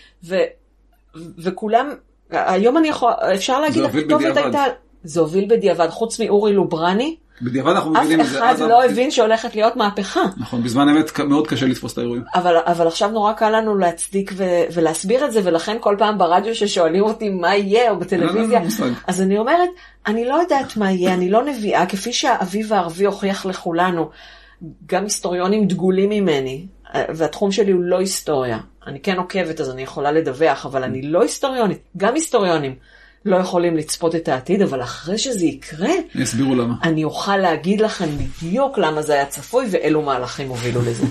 Speaker 1: וכולם, היום אני יכול, אפשר להגיד, הכתובת הייתה, זה הוביל בדיעבד, חוץ מאורי לוברני,
Speaker 2: בדיעבד אנחנו מבינים את זה.
Speaker 1: אף אחד לא הבין שהולכת להיות מהפכה.
Speaker 2: נכון, בזמן אמת מאוד קשה לתפוס את האירועים.
Speaker 1: אבל, אבל עכשיו נורא קל לנו להצדיק ו- ולהסביר את זה, ולכן כל פעם ברדיו ששואלים אותי מה יהיה, או בטלוויזיה, אז אני אומרת, אני לא יודעת מה יהיה, אני לא נביאה, כפי שהאביב הערבי הוכיח לכולנו, גם היסטוריונים דגולים ממני, והתחום שלי הוא לא היסטוריה. אני כן עוקבת, אז אני יכולה לדווח, אבל אני לא היסטוריונית. גם היסטוריונים לא יכולים לצפות את העתיד, אבל אחרי שזה יקרה,
Speaker 2: יסבירו למה.
Speaker 1: אני אוכל להגיד לכם בדיוק למה זה היה צפוי, ואילו מהלכים הובילו לזה.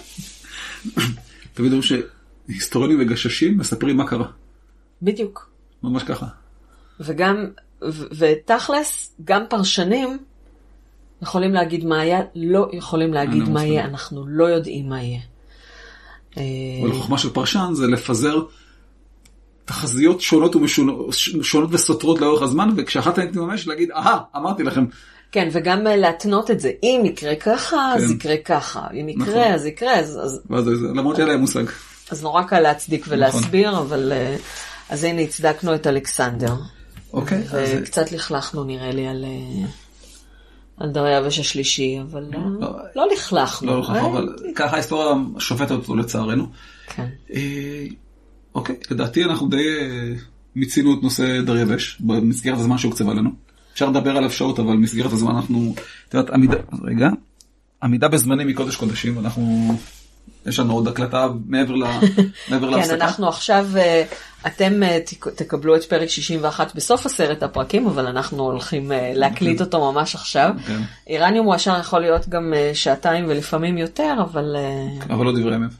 Speaker 2: תמיד אומרים שהיסטוריונים וגששים מספרים מה קרה.
Speaker 1: בדיוק.
Speaker 2: ממש ככה.
Speaker 1: וגם, ו- ותכלס, גם פרשנים יכולים להגיד מה היה, לא יכולים להגיד מה יהיה, אנחנו לא יודעים מה יהיה.
Speaker 2: אבל החוכמה של פרשן זה לפזר תחזיות שונות ומשונות, שונות וסותרות לאורך הזמן, וכשאחת אני תממש להגיד, אהה, אמרתי לכם.
Speaker 1: כן, וגם להתנות את זה. אם יקרה ככה, אז יקרה ככה. אם יקרה, אז יקרה, אז...
Speaker 2: למרות שאלה מושג.
Speaker 1: אז נורא קל להצדיק ולהסביר, אבל... אז הנה, הצדקנו את אלכסנדר.
Speaker 2: אוקיי.
Speaker 1: וקצת לכלכנו, נראה לי, על... על דריווש השלישי, אבל לא לכלכנו.
Speaker 2: לא לכלכנו, אבל ככה ההיסטוריה שופטת אותו לצערנו.
Speaker 1: כן.
Speaker 2: אוקיי, לדעתי אנחנו די מיצינו את נושא דריווש, במסגרת הזמן שהוקצבה לנו. אפשר לדבר עליו שעות, אבל במסגרת הזמן אנחנו... תראית, עמידה... רגע. עמידה בזמנים מקודש קודשים, אנחנו... יש לנו עוד הקלטה מעבר להפסקה.
Speaker 1: כן, אנחנו עכשיו... אתם תקבלו את פרק שישים ואחת בסוף עשרת הפרקים, אבל אנחנו הולכים להקליט אותו ממש עכשיו. איראניום מועשר יכול להיות גם שעתיים ולפעמים יותר, אבל...
Speaker 2: אבל לא דברי ימים.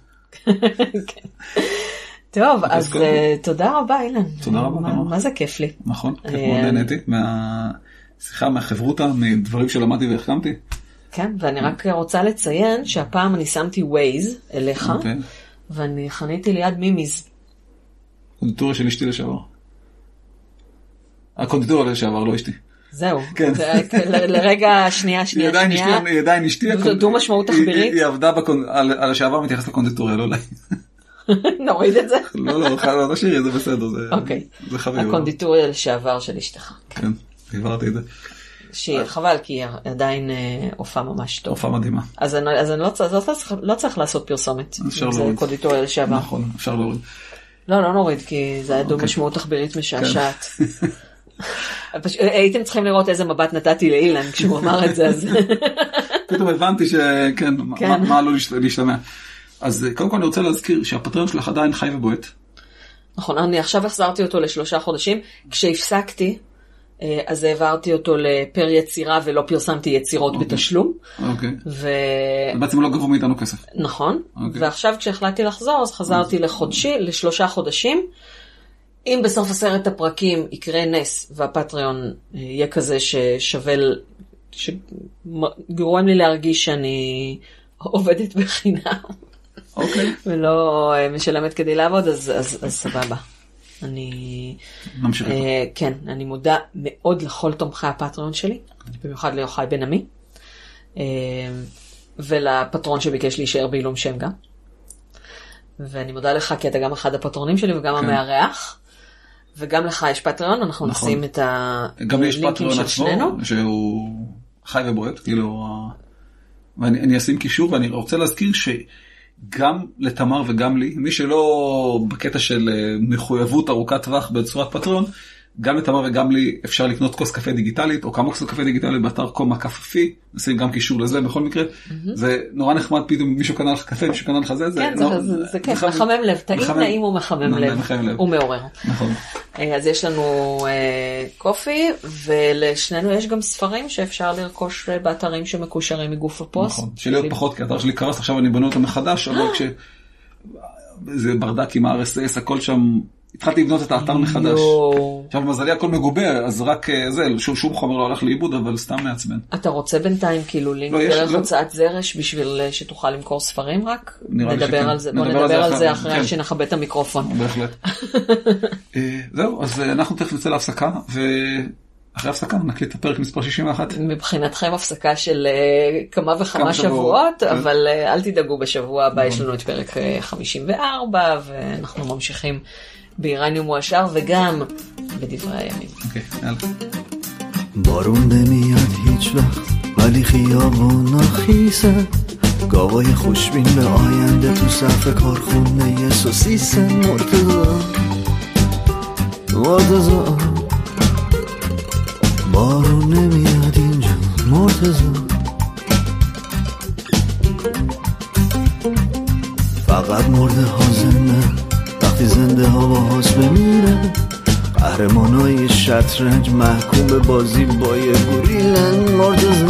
Speaker 1: טוב, אז תודה רבה, אילן.
Speaker 2: תודה רבה.
Speaker 1: מה זה כיף לי.
Speaker 2: נכון, כיף מאוד נהניתי. מהשיחה, מהחברותה, מדברים שלמדתי והחכמתי.
Speaker 1: כן, ואני רק רוצה לציין שהפעם אני שמתי ווייז אליך, ואני חניתי ליד מימיז.
Speaker 2: קונדיטוריה של אשתי לשעבר. הקונדיטוריה לשעבר, לא אשתי.
Speaker 1: זהו. לרגע, שנייה, שנייה, שנייה.
Speaker 2: היא עדיין אשתי.
Speaker 1: דו משמעות תחבירית.
Speaker 2: היא עבדה על השעבר, מתייחסת לקונדיטוריה, לא אולי.
Speaker 1: נוריד את זה?
Speaker 2: לא, לא, לא תשאירי, זה בסדר.
Speaker 1: אוקיי. הקונדיטוריה לשעבר של אשתך.
Speaker 2: כן, העברתי את זה.
Speaker 1: שהיא חבל, כי היא עדיין הופעה ממש טוב.
Speaker 2: הופעה מדהימה.
Speaker 1: אז אני לא צריך לעשות פרסומת.
Speaker 2: אפשר להוריד.
Speaker 1: זה קונדיטוריה לשעבר.
Speaker 2: נכון, אפשר להוריד.
Speaker 1: לא, לא נוריד, כי זה היה דו משמעות תחבירית משעשעת. הייתם צריכים לראות איזה מבט נתתי לאילן כשהוא אמר את זה, אז...
Speaker 2: פתאום הבנתי שכן, מה לא להשתמע. אז קודם כל אני רוצה להזכיר שהפטריון שלך עדיין חי ובועט.
Speaker 1: נכון, אני עכשיו החזרתי אותו לשלושה חודשים. כשהפסקתי, אז העברתי אותו לפר יצירה ולא פרסמתי יצירות בתשלום.
Speaker 2: אוקיי. בעצם לא גבו מאיתנו כסף.
Speaker 1: נכון. ועכשיו כשהחלטתי לחזור, אז חזרתי לחודשי, לשלושה חודשים. אם בסוף עשרת הפרקים יקרה נס, והפטריון יהיה כזה ששווה, שגורם לי להרגיש שאני עובדת בחינם.
Speaker 2: אוקיי.
Speaker 1: ולא משלמת כדי לעבוד, אז, אז, אז סבבה. אני...
Speaker 2: נמשיך איתו.
Speaker 1: אה, כן, אני מודה מאוד לכל תומכי הפטריון שלי, במיוחד ליוחאי בן עמי, אה, ולפטרון שביקש להישאר בעילום שם גם. ואני מודה לך, כי אתה גם אחד הפטרונים שלי וגם כן. המארח. וגם לך יש פטריון, אנחנו נכון. נשים את הלינקים של שנינו.
Speaker 2: שהוא חי ובועט, כאילו, ואני אשים קישור, ואני רוצה להזכיר שגם לתמר וגם לי, מי שלא בקטע של מחויבות ארוכת טווח בצורת פטריון, גם לתמר וגם לי אפשר לקנות כוס קפה דיגיטלית, או כמה כוס קפה דיגיטלית באתר קומה קפפי, נשים גם קישור לזה בכל מקרה, זה נורא נחמד, פתאום מישהו קנה לך קפה, מישהו קנה לך זה,
Speaker 1: כן, זה כיף, מחמם לב, טעים נעים ומחמם לב, הוא מעורר.
Speaker 2: נכון.
Speaker 1: אז יש לנו קופי, ולשנינו יש גם ספרים שאפשר לרכוש באתרים שמקושרים מגוף הפוסט. נכון, שלי עוד פחות, כי האתר שלי קרס, עכשיו אני בנה אותו מחדש, אבל כשזה ברדק עם ה-אר אס אס, הכל שם... התחלתי לבנות את האתר מחדש. עכשיו, מזלי הכל מגובר, אז רק זה, שום חומר לא הולך לאיבוד, אבל סתם מעצבן. אתה רוצה בינתיים כאילו לינק דרך הוצאת זרש בשביל שתוכל למכור ספרים רק? נדבר על זה, בוא נדבר על זה אחרי שנכבה את המיקרופון.
Speaker 2: בהחלט. זהו, אז אנחנו תכף נצא להפסקה, ואחרי ההפסקה נקליט את הפרק מספר שישים ואחת.
Speaker 1: מבחינתכם הפסקה של כמה וכמה שבועות, אבל אל תדאגו, בשבוע הבא יש לנו את פרק חמישים וארבע, ואנחנו ממשיכים באיראניום מועשר וגם בדברי הימים.
Speaker 2: אוקיי, יאללה.
Speaker 4: بارون نمیاد هیچ وقت ولی خیابون خیسه گاوای خوشبین به آینده تو صف کارخونه سوسیس مرتضی مرتضی بارون نمیاد اینجا مرتضی فقط مرده ها زنده وقتی زنده ها با هاست بمیره قهرمانای شطرنج محکوم به بازی با یه گوریلن. مرتضی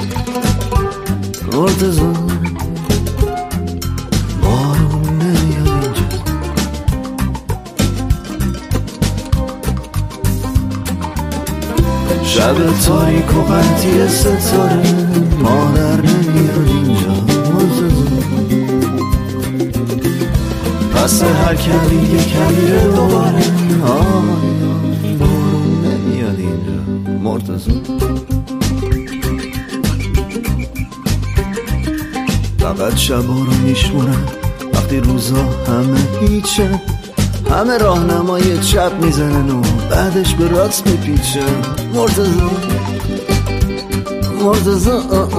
Speaker 4: مرتضی بارون نمیاد اینجا. شب تاریک و قطعی ستاره مادر نمیاد اینجا. مرتضی پس هر کمی یه کمی دوباره آیا بارون نمیاد اینجا. مرتضی فقط شبا رو میشمونم وقتی روزا همه هیچه، همه راهنمای چپ میزنن و بعدش به راست میپیچه. مرتضی مرتضی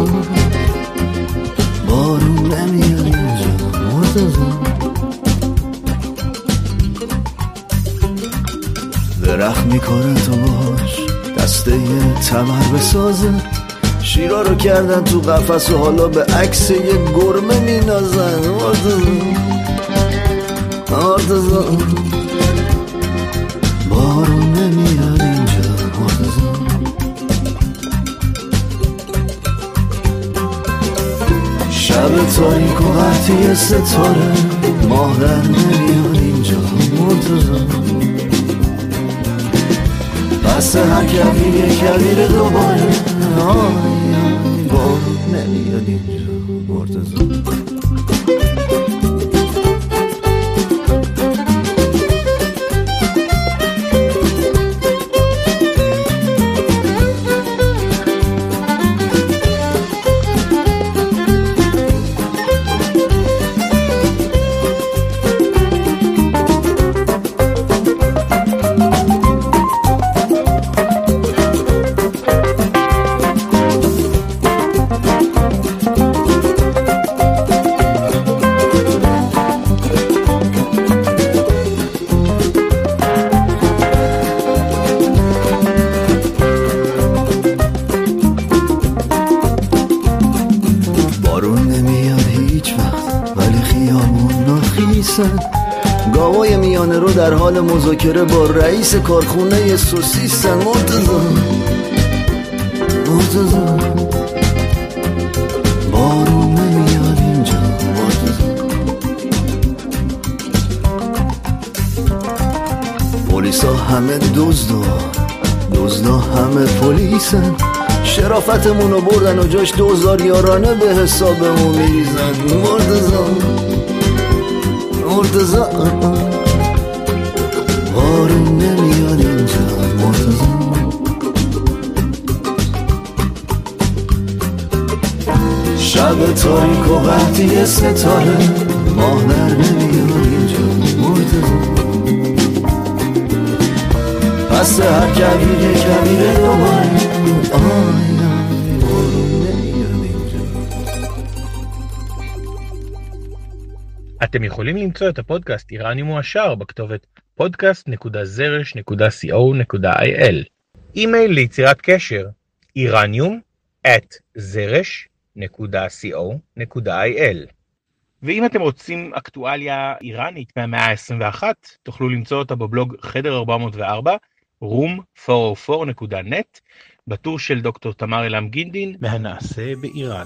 Speaker 4: بارون نمیاد اینجا. مرتضی درخت میکنه تو باش دسته یه تمر بسازه، شیرا رو کردن تو قفس و حالا به عکس یه گرمه مینازن. مرتضی مرتضی بارون نمیاد اینجا. مرتضی شب تاریک و قطعی ستاره ماه در نمیاد اینجا. مرتضی پس هر کبیر یه کبیر دوباره آیا بارون نمیاد اینجا. مرتضی گاوای میانه رو در حال مذاکره با رئیس کارخونه سوسیسن. مرتضی مرتضی بارون نمیاد اینجا. مرتضی پلیسا همه دزدا، دزدا همه پلیسن، شرافتمونو بردن و جاش دوزار یارانه به حسابمون میریزن. مرتضی مرتضی بارون نمیاد اینجا. مرتضی شب تاریک و قطعی ستاره ماه در نمیاد اینجا. مرتضی پس هر کبیر یه کبیر دوباره آیا بارون نمیاد اینجا.
Speaker 5: אתם יכולים למצוא את הפודקאסט איראני מועשר בכתובת פודקאסט נקודה זרש נקודה סי או נקודה איי אל. אימייל ליצירת קשר איראניום את זרש נקודה סי או נקודה איי אל. ואם אתם רוצים אקטואליה איראנית מהמאה ה-עשרים ואחת, תוכלו למצוא אותה בבלוג חדר ארבע מאות וארבע, רום ארבע מאות וארבע נקודה נט, בטור של דוקטור תמר אילם גינדין מהנעשה באיראן.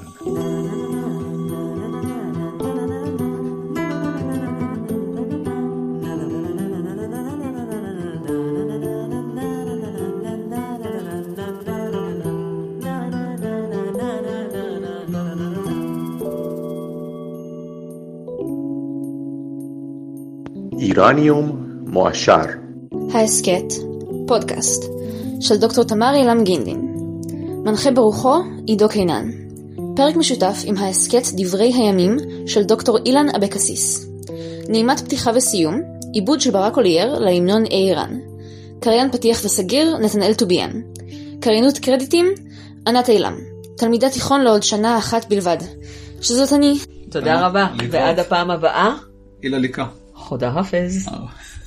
Speaker 3: איראניום מועשר.
Speaker 6: ההסכת, פודקאסט, של דוקטור תמר אילם גינדין. מנחה ברוחו, עידו קינן. פרק משותף עם ההסכת דברי הימים של דוקטור אילן אבקסיס. נעימת פתיחה וסיום, עיבוד של ברק אולייר להמנון איראן. קריין פתיח וסגיר, נתנאל טוביאן. קריינות קרדיטים, ענת אילם. תלמידת תיכון לעוד שנה אחת בלבד. שזאת אני.
Speaker 1: תודה רבה, ועד הפעם הבאה.
Speaker 2: אילה ליקה.
Speaker 1: חודה חפז.